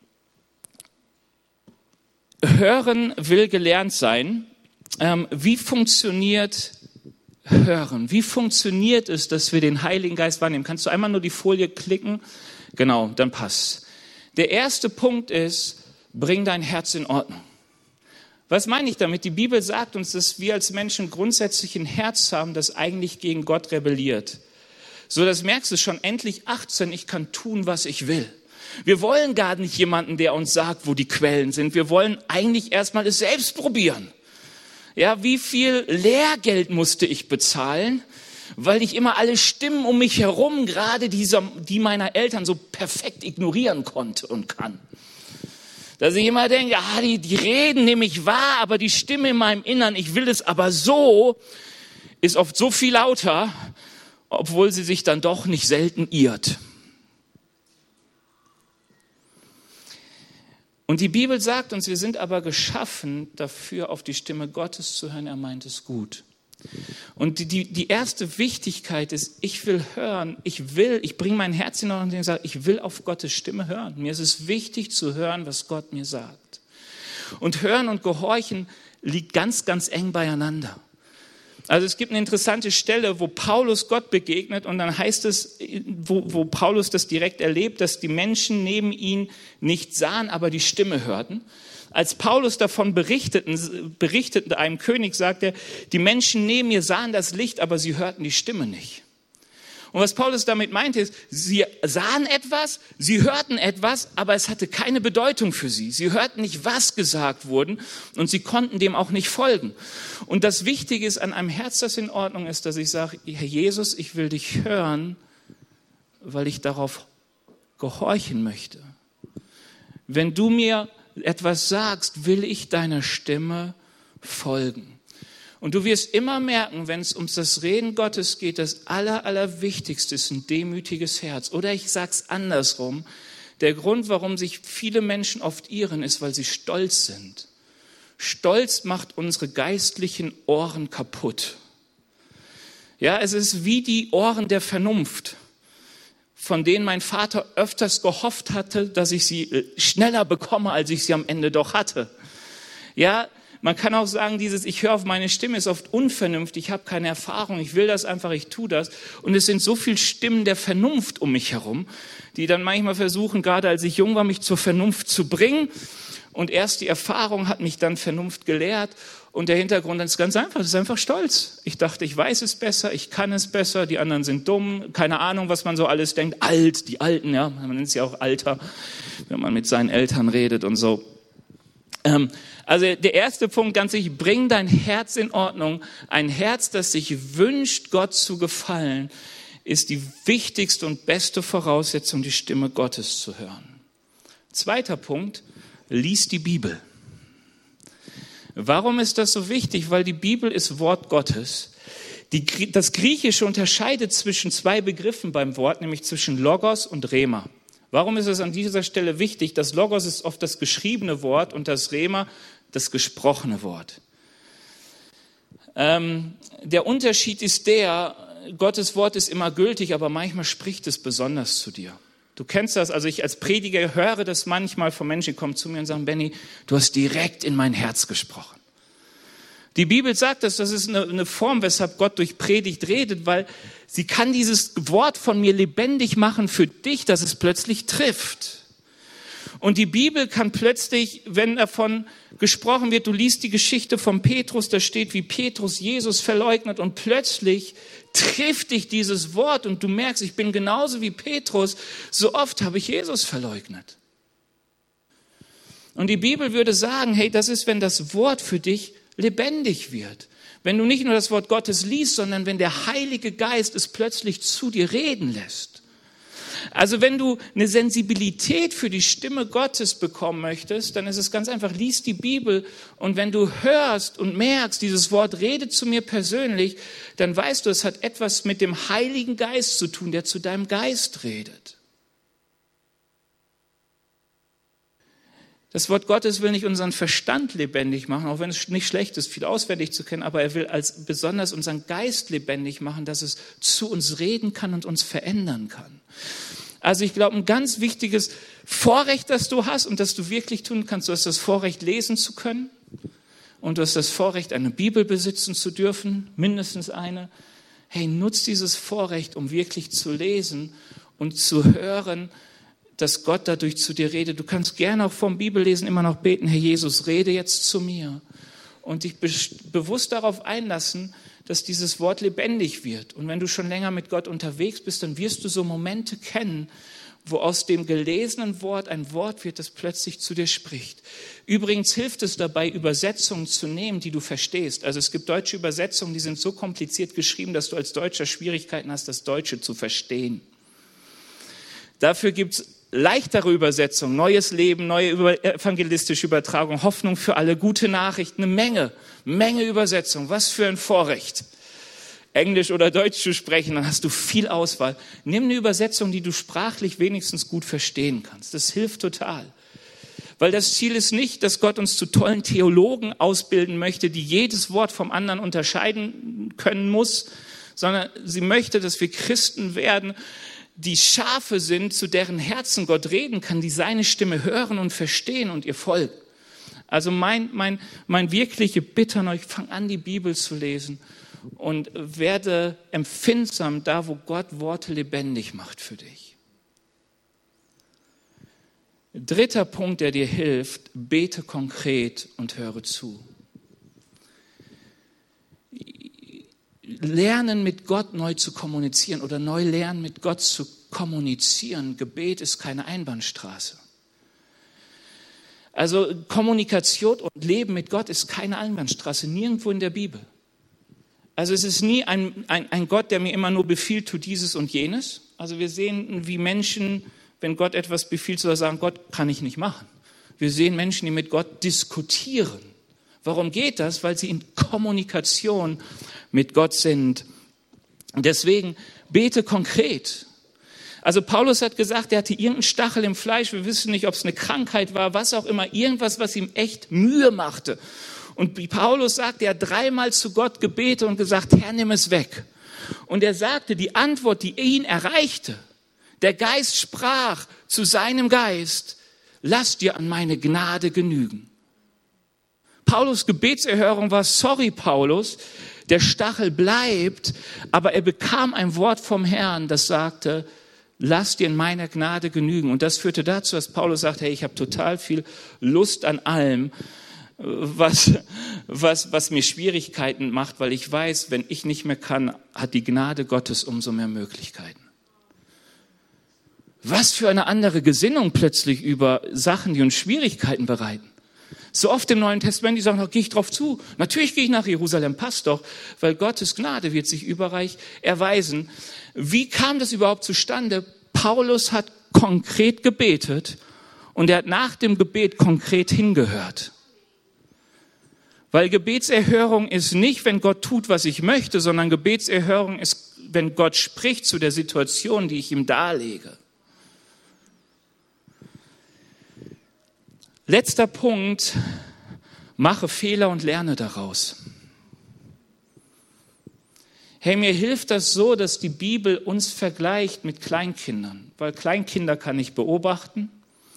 hören will gelernt sein. Ähm, wie funktioniert Hören. Wie funktioniert es, dass wir den Heiligen Geist wahrnehmen? Kannst du einmal nur die Folie klicken? Genau, dann passt. Der erste Punkt ist, bring dein Herz in Ordnung. Was meine ich damit? Die Bibel sagt uns, dass wir als Menschen grundsätzlich ein Herz haben, das eigentlich gegen Gott rebelliert. So, das merkst du schon, endlich achtzehn, ich kann tun, was ich will. Wir wollen gar nicht jemanden, der uns sagt, wo die Quellen sind. Wir wollen eigentlich erstmal es selbst probieren. Ja, wie viel Lehrgeld musste ich bezahlen, weil ich immer alle Stimmen um mich herum, gerade dieser, die meiner Eltern, so perfekt ignorieren konnte und kann. Dass ich immer denke, ah, die, die reden nämlich wahr, aber die Stimme in meinem Innern, ich will es aber so, ist oft so viel lauter, obwohl sie sich dann doch nicht selten irrt. Und die Bibel sagt uns, wir sind aber geschaffen dafür, auf die Stimme Gottes zu hören. Er meint es gut. Und die, die, die erste Wichtigkeit ist, ich will hören, ich will, ich bringe mein Herz in Ordnung und sage, ich will auf Gottes Stimme hören. Mir ist es wichtig zu hören, was Gott mir sagt. Und hören und gehorchen liegt ganz, ganz eng beieinander. Also es gibt eine interessante Stelle, wo Paulus Gott begegnet und dann heißt es, wo, wo Paulus das direkt erlebt, dass die Menschen neben ihm nicht sahen, aber die Stimme hörten. Als Paulus davon berichteten, berichteten einem König, sagt er, die Menschen neben mir sahen das Licht, aber sie hörten die Stimme nicht. Und was Paulus damit meinte ist, sie sahen etwas, sie hörten etwas, aber es hatte keine Bedeutung für sie. Sie hörten nicht, was gesagt wurde und sie konnten dem auch nicht folgen. Und das Wichtige ist an einem Herz, das in Ordnung ist, dass ich sage, Herr Jesus, ich will dich hören, weil ich darauf gehorchen möchte. Wenn du mir etwas sagst, will ich deiner Stimme folgen. Und du wirst immer merken, wenn es um das Reden Gottes geht, das Aller, Allerwichtigste ist ein demütiges Herz. Oder ich sage es andersrum, der Grund, warum sich viele Menschen oft irren, ist, weil sie stolz sind. Stolz macht unsere geistlichen Ohren kaputt. Ja, es ist wie die Ohren der Vernunft, von denen mein Vater öfters gehofft hatte, dass ich sie schneller bekomme, als ich sie am Ende doch hatte. Ja, Man kann auch sagen, dieses ich höre auf meine Stimme ist oft unvernünftig, ich habe keine Erfahrung, ich will das einfach, ich tue das. Und es sind so viele Stimmen der Vernunft um mich herum, die dann manchmal versuchen, gerade als ich jung war, mich zur Vernunft zu bringen. Und erst die Erfahrung hat mich dann Vernunft gelehrt. Und der Hintergrund ist ganz einfach, das ist einfach Stolz. Ich dachte, ich weiß es besser, ich kann es besser, die anderen sind dumm, keine Ahnung, was man so alles denkt. Alt, die Alten, ja, man nennt es ja auch Alter, wenn man mit seinen Eltern redet und so. Ähm, also der erste Punkt, ganz wichtig, bring dein Herz in Ordnung. Ein Herz, das sich wünscht, Gott zu gefallen, ist die wichtigste und beste Voraussetzung, die Stimme Gottes zu hören. Zweiter Punkt, lies die Bibel. Warum ist das so wichtig? Weil die Bibel ist Wort Gottes. Die, das Griechische unterscheidet zwischen zwei Begriffen beim Wort, nämlich zwischen Logos und Rema. Warum ist es an dieser Stelle wichtig? Das Logos ist oft das geschriebene Wort und das Rema das gesprochene Wort. Ähm, der Unterschied ist der, Gottes Wort ist immer gültig, aber manchmal spricht es besonders zu dir. Du kennst das, also ich als Prediger höre das manchmal von Menschen, die kommen zu mir und sagen, Benny, du hast direkt in mein Herz gesprochen. Die Bibel sagt das, das ist eine, eine Form, weshalb Gott durch Predigt redet, weil sie kann dieses Wort von mir lebendig machen für dich, dass es plötzlich trifft. Und die Bibel kann plötzlich, wenn davon gesprochen wird, du liest die Geschichte von Petrus, da steht, wie Petrus Jesus verleugnet und plötzlich trifft dich dieses Wort und du merkst, ich bin genauso wie Petrus, so oft habe ich Jesus verleugnet. Und die Bibel würde sagen, hey, das ist, wenn das Wort für dich lebendig wird. Wenn du nicht nur das Wort Gottes liest, sondern wenn der Heilige Geist es plötzlich zu dir reden lässt. Also wenn du eine Sensibilität für die Stimme Gottes bekommen möchtest, dann ist es ganz einfach, lies die Bibel und wenn du hörst und merkst, dieses Wort redet zu mir persönlich, dann weißt du, es hat etwas mit dem Heiligen Geist zu tun, der zu deinem Geist redet. Das Wort Gottes will nicht unseren Verstand lebendig machen, auch wenn es nicht schlecht ist, viel auswendig zu kennen, aber er will als besonders unseren Geist lebendig machen, dass es zu uns reden kann und uns verändern kann. Also ich glaube, ein ganz wichtiges Vorrecht, das du hast und das du wirklich tun kannst, du hast das Vorrecht, lesen zu können und du hast das Vorrecht, eine Bibel besitzen zu dürfen, mindestens eine. Hey, nutz dieses Vorrecht, um wirklich zu lesen und zu hören, dass Gott dadurch zu dir redet. Du kannst gerne auch vom Bibellesen immer noch beten, Herr Jesus, rede jetzt zu mir. Und dich be- bewusst darauf einlassen, dass dieses Wort lebendig wird. Und wenn du schon länger mit Gott unterwegs bist, dann wirst du so Momente kennen, wo aus dem gelesenen Wort ein Wort wird, das plötzlich zu dir spricht. Übrigens hilft es dabei, Übersetzungen zu nehmen, die du verstehst. Also es gibt deutsche Übersetzungen, die sind so kompliziert geschrieben, dass du als Deutscher Schwierigkeiten hast, das Deutsche zu verstehen. Dafür gibt es leichtere Übersetzungen, neues Leben, neue evangelistische Übertragung, Hoffnung für alle, gute Nachrichten, eine Menge, Menge Übersetzung. Was für ein Vorrecht, Englisch oder Deutsch zu sprechen, dann hast du viel Auswahl. Nimm eine Übersetzung, die du sprachlich wenigstens gut verstehen kannst. Das hilft total. Weil das Ziel ist nicht, dass Gott uns zu tollen Theologen ausbilden möchte, die jedes Wort vom anderen unterscheiden können muss, sondern sie möchte, dass wir Christen werden, die Schafe sind, zu deren Herzen Gott reden kann, die seine Stimme hören und verstehen und ihr folgen. Also mein, mein, mein wirkliche Bitte an euch, fang an, die Bibel zu lesen und werde empfindsam da, wo Gott Worte lebendig macht für dich. Dritter Punkt, der dir hilft, bete konkret und höre zu. Lernen, mit Gott neu zu kommunizieren oder neu lernen, mit Gott zu kommunizieren. Gebet ist keine Einbahnstraße. Also Kommunikation und Leben mit Gott ist keine Einbahnstraße, nirgendwo in der Bibel. Also es ist nie ein, ein, ein Gott, der mir immer nur befiehlt, tu dieses und jenes. Also wir sehen, wie Menschen, wenn Gott etwas befiehlt, soll er sagen, Gott, kann ich nicht machen. Wir sehen Menschen, die mit Gott diskutieren. Warum geht das? Weil sie in Kommunikation mit Gott sind. Deswegen bete konkret. Also Paulus hat gesagt, er hatte irgendeinen Stachel im Fleisch. Wir wissen nicht, ob es eine Krankheit war, was auch immer. Irgendwas, was ihm echt Mühe machte. Und wie Paulus sagt, er hat dreimal zu Gott gebetet und gesagt, Herr, nimm es weg. Und er sagte, die Antwort, die ihn erreichte, der Geist sprach zu seinem Geist, lass dir an meine Gnade genügen. Paulus' Gebetserhörung war, sorry Paulus, der Stachel bleibt, aber er bekam ein Wort vom Herrn, das sagte, lass dir in meiner Gnade genügen. Und das führte dazu, dass Paulus sagt, hey, ich habe total viel Lust an allem, was, was, was mir Schwierigkeiten macht, weil ich weiß, wenn ich nicht mehr kann, hat die Gnade Gottes umso mehr Möglichkeiten. Was für eine andere Gesinnung plötzlich über Sachen, die uns Schwierigkeiten bereiten. So oft im Neuen Testament, die sagen, da gehe ich drauf zu. Natürlich gehe ich nach Jerusalem, passt doch, weil Gottes Gnade wird sich überreich erweisen. Wie kam das überhaupt zustande? Paulus hat konkret gebetet und er hat nach dem Gebet konkret hingehört. Weil Gebetserhörung ist nicht, wenn Gott tut, was ich möchte, sondern Gebetserhörung ist, wenn Gott spricht zu der Situation, die ich ihm darlege. Letzter Punkt, mache Fehler und lerne daraus. Hey, mir hilft das so, dass die Bibel uns vergleicht mit Kleinkindern, weil Kleinkinder kann ich beobachten.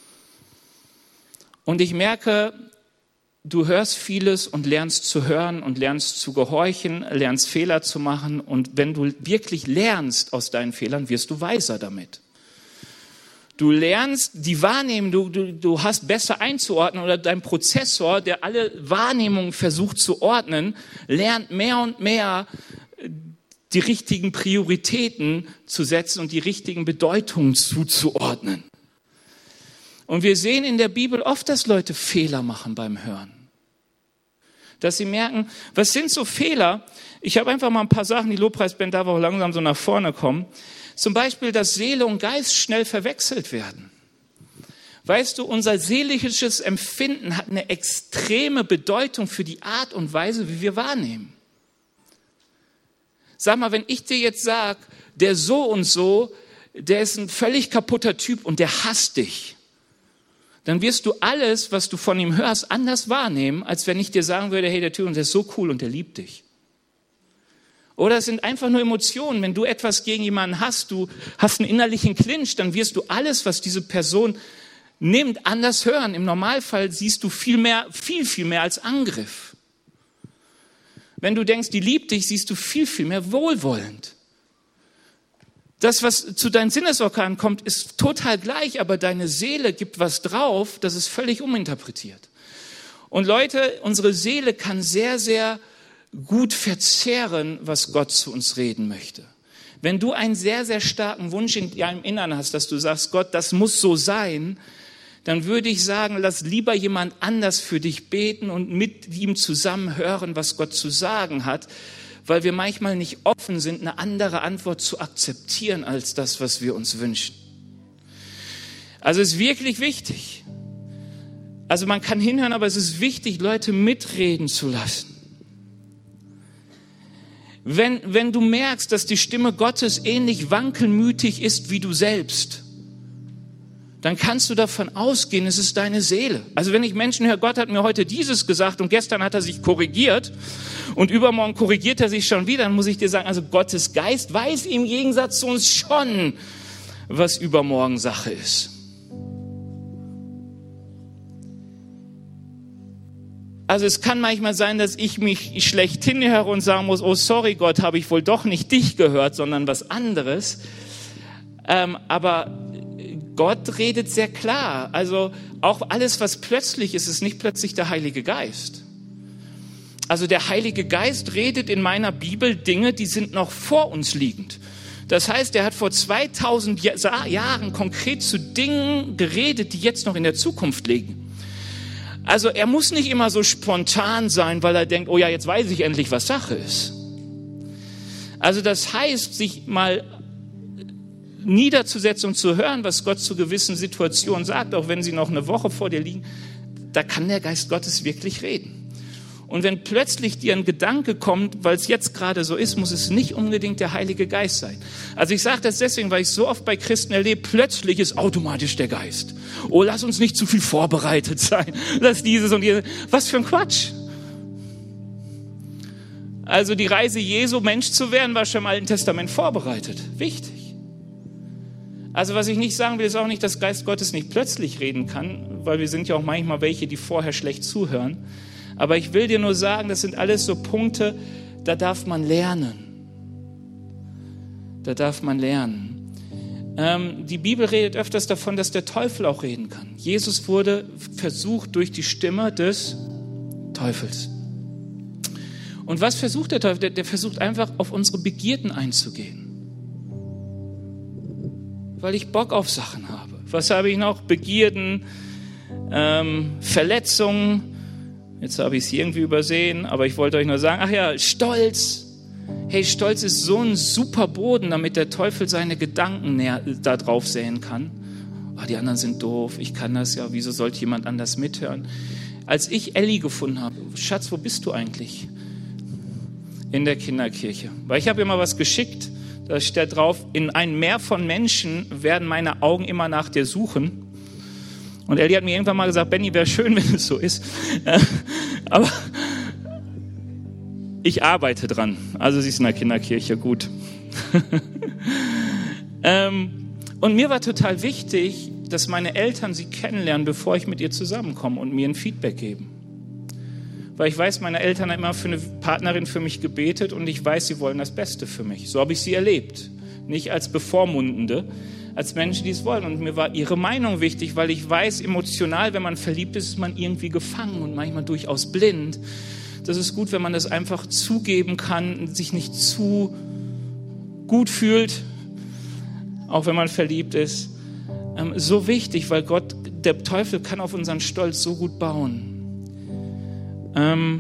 Und ich merke, du hörst vieles und lernst zu hören und lernst zu gehorchen, lernst Fehler zu machen. Und wenn du wirklich lernst aus deinen Fehlern, wirst du weiser damit. Du lernst die Wahrnehmung, du, du, du hast besser einzuordnen oder dein Prozessor, der alle Wahrnehmungen versucht zu ordnen, lernt mehr und mehr die richtigen Prioritäten zu setzen und die richtigen Bedeutungen zuzuordnen. Und wir sehen in der Bibel oft, dass Leute Fehler machen beim Hören. Dass sie merken, was sind so Fehler? Ich habe einfach mal ein paar Sachen, die Lobpreisband darf auch langsam so nach vorne kommen. Zum Beispiel, dass Seele und Geist schnell verwechselt werden. Weißt du, unser seelisches Empfinden hat eine extreme Bedeutung für die Art und Weise, wie wir wahrnehmen. Sag mal, wenn ich dir jetzt sage, der so und so, der ist ein völlig kaputter Typ und der hasst dich, dann wirst du alles, was du von ihm hörst, anders wahrnehmen, als wenn ich dir sagen würde, hey, der Typ, der ist so cool und der liebt dich. Oder es sind einfach nur Emotionen. Wenn du etwas gegen jemanden hast, du hast einen innerlichen Clinch, dann wirst du alles, was diese Person nimmt, anders hören. Im Normalfall siehst du viel mehr, viel, viel mehr als Angriff. Wenn du denkst, die liebt dich, siehst du viel, viel mehr wohlwollend. Das, was zu deinen Sinnesorganen kommt, ist total gleich, aber deine Seele gibt was drauf, das ist völlig uminterpretiert. Und Leute, unsere Seele kann sehr, sehr gut verzehren, was Gott zu uns reden möchte. Wenn du einen sehr, sehr starken Wunsch in deinem Innern hast, dass du sagst, Gott, das muss so sein, dann würde ich sagen, lass lieber jemand anders für dich beten und mit ihm zusammen hören, was Gott zu sagen hat, weil wir manchmal nicht offen sind, eine andere Antwort zu akzeptieren als das, was wir uns wünschen. Also es ist wirklich wichtig. Also man kann hinhören, aber es ist wichtig, Leute mitreden zu lassen. Wenn, wenn du merkst, dass die Stimme Gottes ähnlich wankelmütig ist wie du selbst, dann kannst du davon ausgehen, es ist deine Seele. Also wenn ich Menschen höre, Gott hat mir heute dieses gesagt und gestern hat er sich korrigiert und übermorgen korrigiert er sich schon wieder, dann muss ich dir sagen, also Gottes Geist weiß im Gegensatz zu uns schon, was übermorgen Sache ist. Also es kann manchmal sein, dass ich mich schlecht hinhöre und sagen muss, oh sorry Gott, habe ich wohl doch nicht dich gehört, sondern was anderes. Ähm, aber Gott redet sehr klar. Also auch alles, was plötzlich ist, ist nicht plötzlich der Heilige Geist. Also der Heilige Geist redet in meiner Bibel Dinge, die sind noch vor uns liegend. Das heißt, er hat vor zweitausend Jahren konkret zu Dingen geredet, die jetzt noch in der Zukunft liegen. Also er muss nicht immer so spontan sein, weil er denkt, oh ja, jetzt weiß ich endlich, was Sache ist. Also das heißt, sich mal niederzusetzen und zu hören, was Gott zu gewissen Situationen sagt, auch wenn sie noch eine Woche vor dir liegen, da kann der Geist Gottes wirklich reden. Und wenn plötzlich dir ein Gedanke kommt, weil es jetzt gerade so ist, muss es nicht unbedingt der Heilige Geist sein. Also ich sage das deswegen, weil ich so oft bei Christen erlebe, plötzlich ist automatisch der Geist. Oh, lass uns nicht zu viel vorbereitet sein. Lass dieses und jenes. Was für ein Quatsch. Also die Reise Jesu, Mensch zu werden, war schon im Alten Testament vorbereitet. Wichtig. Also was ich nicht sagen will, ist auch nicht, dass Geist Gottes nicht plötzlich reden kann, weil wir sind ja auch manchmal welche, die vorher schlecht zuhören. Aber ich will dir nur sagen, das sind alles so Punkte, da darf man lernen. Da darf man lernen. Ähm, die Bibel redet öfters davon, dass der Teufel auch reden kann. Jesus wurde versucht durch die Stimme des Teufels. Und was versucht der Teufel? Der, der versucht einfach auf unsere Begierden einzugehen. Weil ich Bock auf Sachen habe. Was habe ich noch? Begierden, ähm, Verletzungen. Jetzt habe ich es irgendwie übersehen, aber ich wollte euch nur sagen, ach ja, Stolz. Hey, Stolz ist so ein super Boden, damit der Teufel seine Gedanken näher, da drauf säen kann. Oh, die anderen sind doof, ich kann das ja, wieso sollte jemand anders mithören? Als ich Elli gefunden habe, Schatz, wo bist du eigentlich? In der Kinderkirche. Weil ich habe immer was geschickt, da steht drauf, in ein Meer von Menschen werden meine Augen immer nach dir suchen. Und Elli hat mir irgendwann mal gesagt, Benni, wäre schön, wenn es so ist. Aber ich arbeite dran. Also sie ist in der Kinderkirche, gut. ähm, und mir war total wichtig, dass meine Eltern sie kennenlernen, bevor ich mit ihr zusammenkomme und mir ein Feedback geben. Weil ich weiß, meine Eltern haben immer für eine Partnerin für mich gebetet und ich weiß, sie wollen das Beste für mich. So habe ich sie erlebt. Nicht als Bevormundende, als Menschen, die es wollen. Und mir war ihre Meinung wichtig, weil ich weiß, emotional, wenn man verliebt ist, ist man irgendwie gefangen und manchmal durchaus blind. Das ist gut, wenn man das einfach zugeben kann, sich nicht zu gut fühlt, auch wenn man verliebt ist. Ähm, so wichtig, weil Gott, der Teufel kann auf unseren Stolz so gut bauen. Ähm,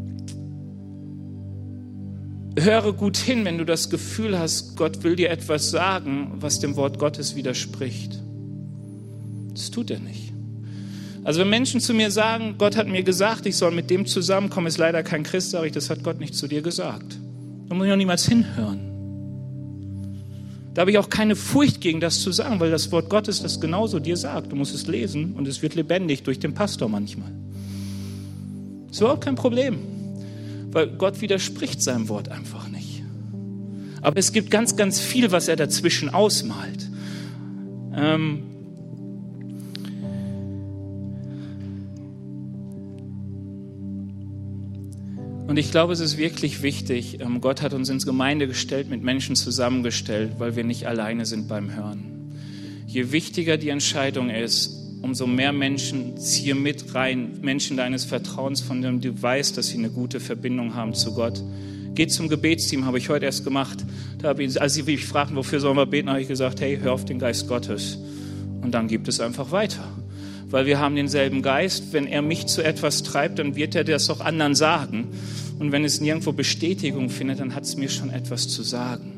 höre gut hin, wenn du das Gefühl hast, Gott will dir etwas sagen, was dem Wort Gottes widerspricht. Das tut er nicht. Also wenn Menschen zu mir sagen, Gott hat mir gesagt, ich soll mit dem zusammenkommen, ist leider kein Christ, sage ich, das hat Gott nicht zu dir gesagt. Da muss ich noch niemals hinhören. Da habe ich auch keine Furcht gegen das zu sagen, weil das Wort Gottes das genauso dir sagt. Du musst es lesen und es wird lebendig durch den Pastor manchmal. Das ist überhaupt kein Problem, weil Gott widerspricht seinem Wort einfach nicht. Aber es gibt ganz, ganz viel, was er dazwischen ausmalt. Ähm, Und ich glaube, es ist wirklich wichtig, Gott hat uns ins Gemeinde gestellt, mit Menschen zusammengestellt, weil wir nicht alleine sind beim Hören. Je wichtiger die Entscheidung ist, umso mehr Menschen ziehe mit rein, Menschen deines Vertrauens, von denen du weißt, dass sie eine gute Verbindung haben zu Gott. Geht zum Gebetsteam, habe ich heute erst gemacht. Da habe ich, als sie mich fragten, wofür sollen wir beten, habe ich gesagt, hey, hör auf den Geist Gottes. Und dann gibt es einfach weiter. Weil wir haben denselben Geist. Wenn er mich zu etwas treibt, dann wird er das auch anderen sagen. Und wenn es nirgendwo Bestätigung findet, dann hat es mir schon etwas zu sagen.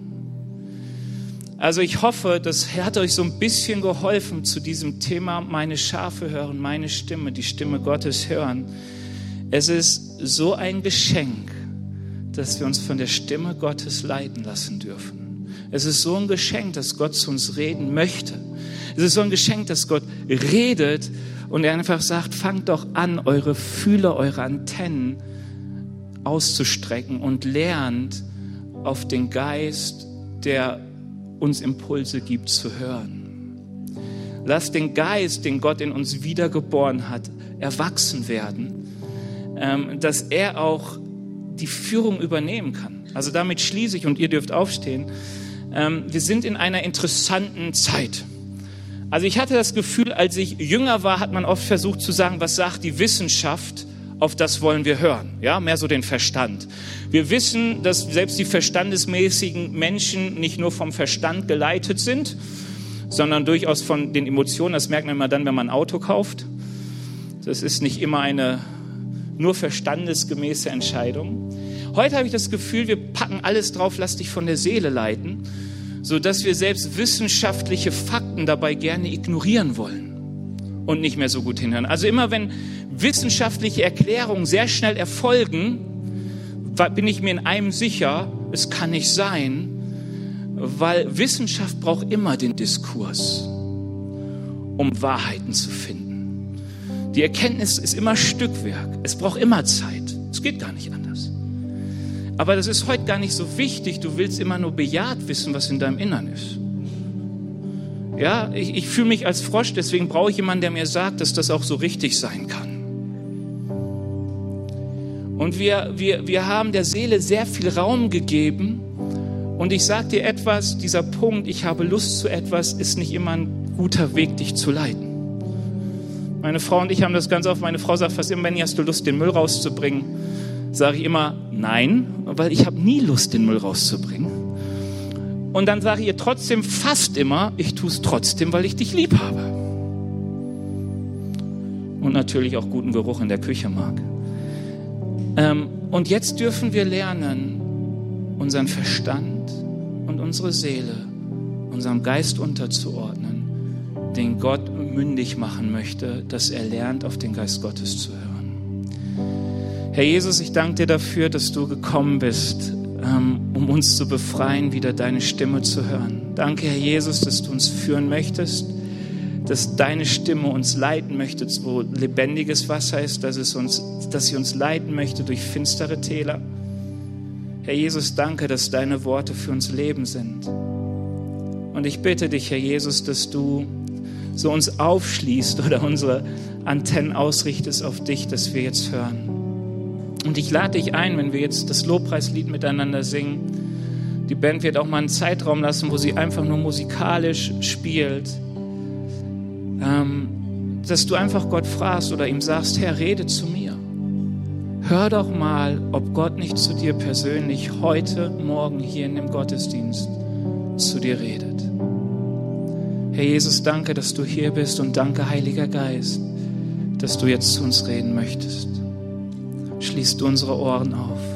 Also ich hoffe, das hat euch so ein bisschen geholfen zu diesem Thema, meine Schafe hören, meine Stimme, die Stimme Gottes hören. Es ist so ein Geschenk, dass wir uns von der Stimme Gottes leiten lassen dürfen. Es ist so ein Geschenk, dass Gott zu uns reden möchte. Es ist so ein Geschenk, dass Gott redet und er einfach sagt, fangt doch an, eure Fühler, eure Antennen auszustrecken und lernt auf den Geist, der uns Impulse gibt, zu hören. Lasst den Geist, den Gott in uns wiedergeboren hat, erwachsen werden, dass er auch die Führung übernehmen kann. Also damit schließe ich, und ihr dürft aufstehen, wir sind in einer interessanten Zeit. Also ich hatte das Gefühl, als ich jünger war, hat man oft versucht zu sagen, was sagt die Wissenschaft, auf das wollen wir hören. Ja, mehr so den Verstand. Wir wissen, dass selbst die verstandesmäßigen Menschen nicht nur vom Verstand geleitet sind, sondern durchaus von den Emotionen. Das merkt man immer dann, wenn man ein Auto kauft. Das ist nicht immer eine nur verstandesgemäße Entscheidung. Heute habe ich das Gefühl, wir packen alles drauf, lass dich von der Seele leiten, sodass wir selbst wissenschaftliche Fakten dabei gerne ignorieren wollen und nicht mehr so gut hinhören. Also immer wenn wissenschaftliche Erklärungen sehr schnell erfolgen, bin ich mir in einem sicher, es kann nicht sein, weil Wissenschaft braucht immer den Diskurs, um Wahrheiten zu finden. Die Erkenntnis ist immer Stückwerk, es braucht immer Zeit, es geht gar nicht anders. Aber das ist heute gar nicht so wichtig, du willst immer nur bejaht wissen, was in deinem Innern ist. Ja, ich, ich fühle mich als Frosch, deswegen brauche ich jemanden, der mir sagt, dass das auch so richtig sein kann. Und wir, wir, wir haben der Seele sehr viel Raum gegeben. Und ich sage dir etwas, dieser Punkt, ich habe Lust zu etwas, ist nicht immer ein guter Weg, dich zu leiten. Meine Frau und ich haben das ganz oft, meine Frau sagt fast immer, Benni, hast du Lust, den Müll rauszubringen? Sage ich immer, nein, weil ich habe nie Lust, den Müll rauszubringen. Und dann sage ich ihr trotzdem fast immer, ich tue es trotzdem, weil ich dich lieb habe. Und natürlich auch guten Geruch in der Küche mag. Ähm, und jetzt dürfen wir lernen, unseren Verstand und unsere Seele unserem Geist unterzuordnen, den Gott mündig machen möchte, dass er lernt, auf den Geist Gottes zu hören. Herr Jesus, ich danke dir dafür, dass du gekommen bist, ähm, um uns zu befreien, wieder deine Stimme zu hören. Danke, Herr Jesus, dass du uns führen möchtest, dass deine Stimme uns leiten möchte, wo lebendiges Wasser ist, dass, es uns, dass sie uns leiten möchte durch finstere Täler. Herr Jesus, danke, dass deine Worte für uns Leben sind. Und ich bitte dich, Herr Jesus, dass du so uns aufschließt oder unsere Antennen ausrichtest auf dich, dass wir jetzt hören. Und ich lade dich ein, wenn wir jetzt das Lobpreislied miteinander singen. Die Band wird auch mal einen Zeitraum lassen, wo sie einfach nur musikalisch spielt. Ähm, dass du einfach Gott fragst oder ihm sagst, Herr, rede zu mir. Hör doch mal, ob Gott nicht zu dir persönlich heute Morgen hier in dem Gottesdienst zu dir redet. Herr Jesus, danke, dass du hier bist und danke, Heiliger Geist, dass du jetzt zu uns reden möchtest. Schließt du unsere Ohren auf.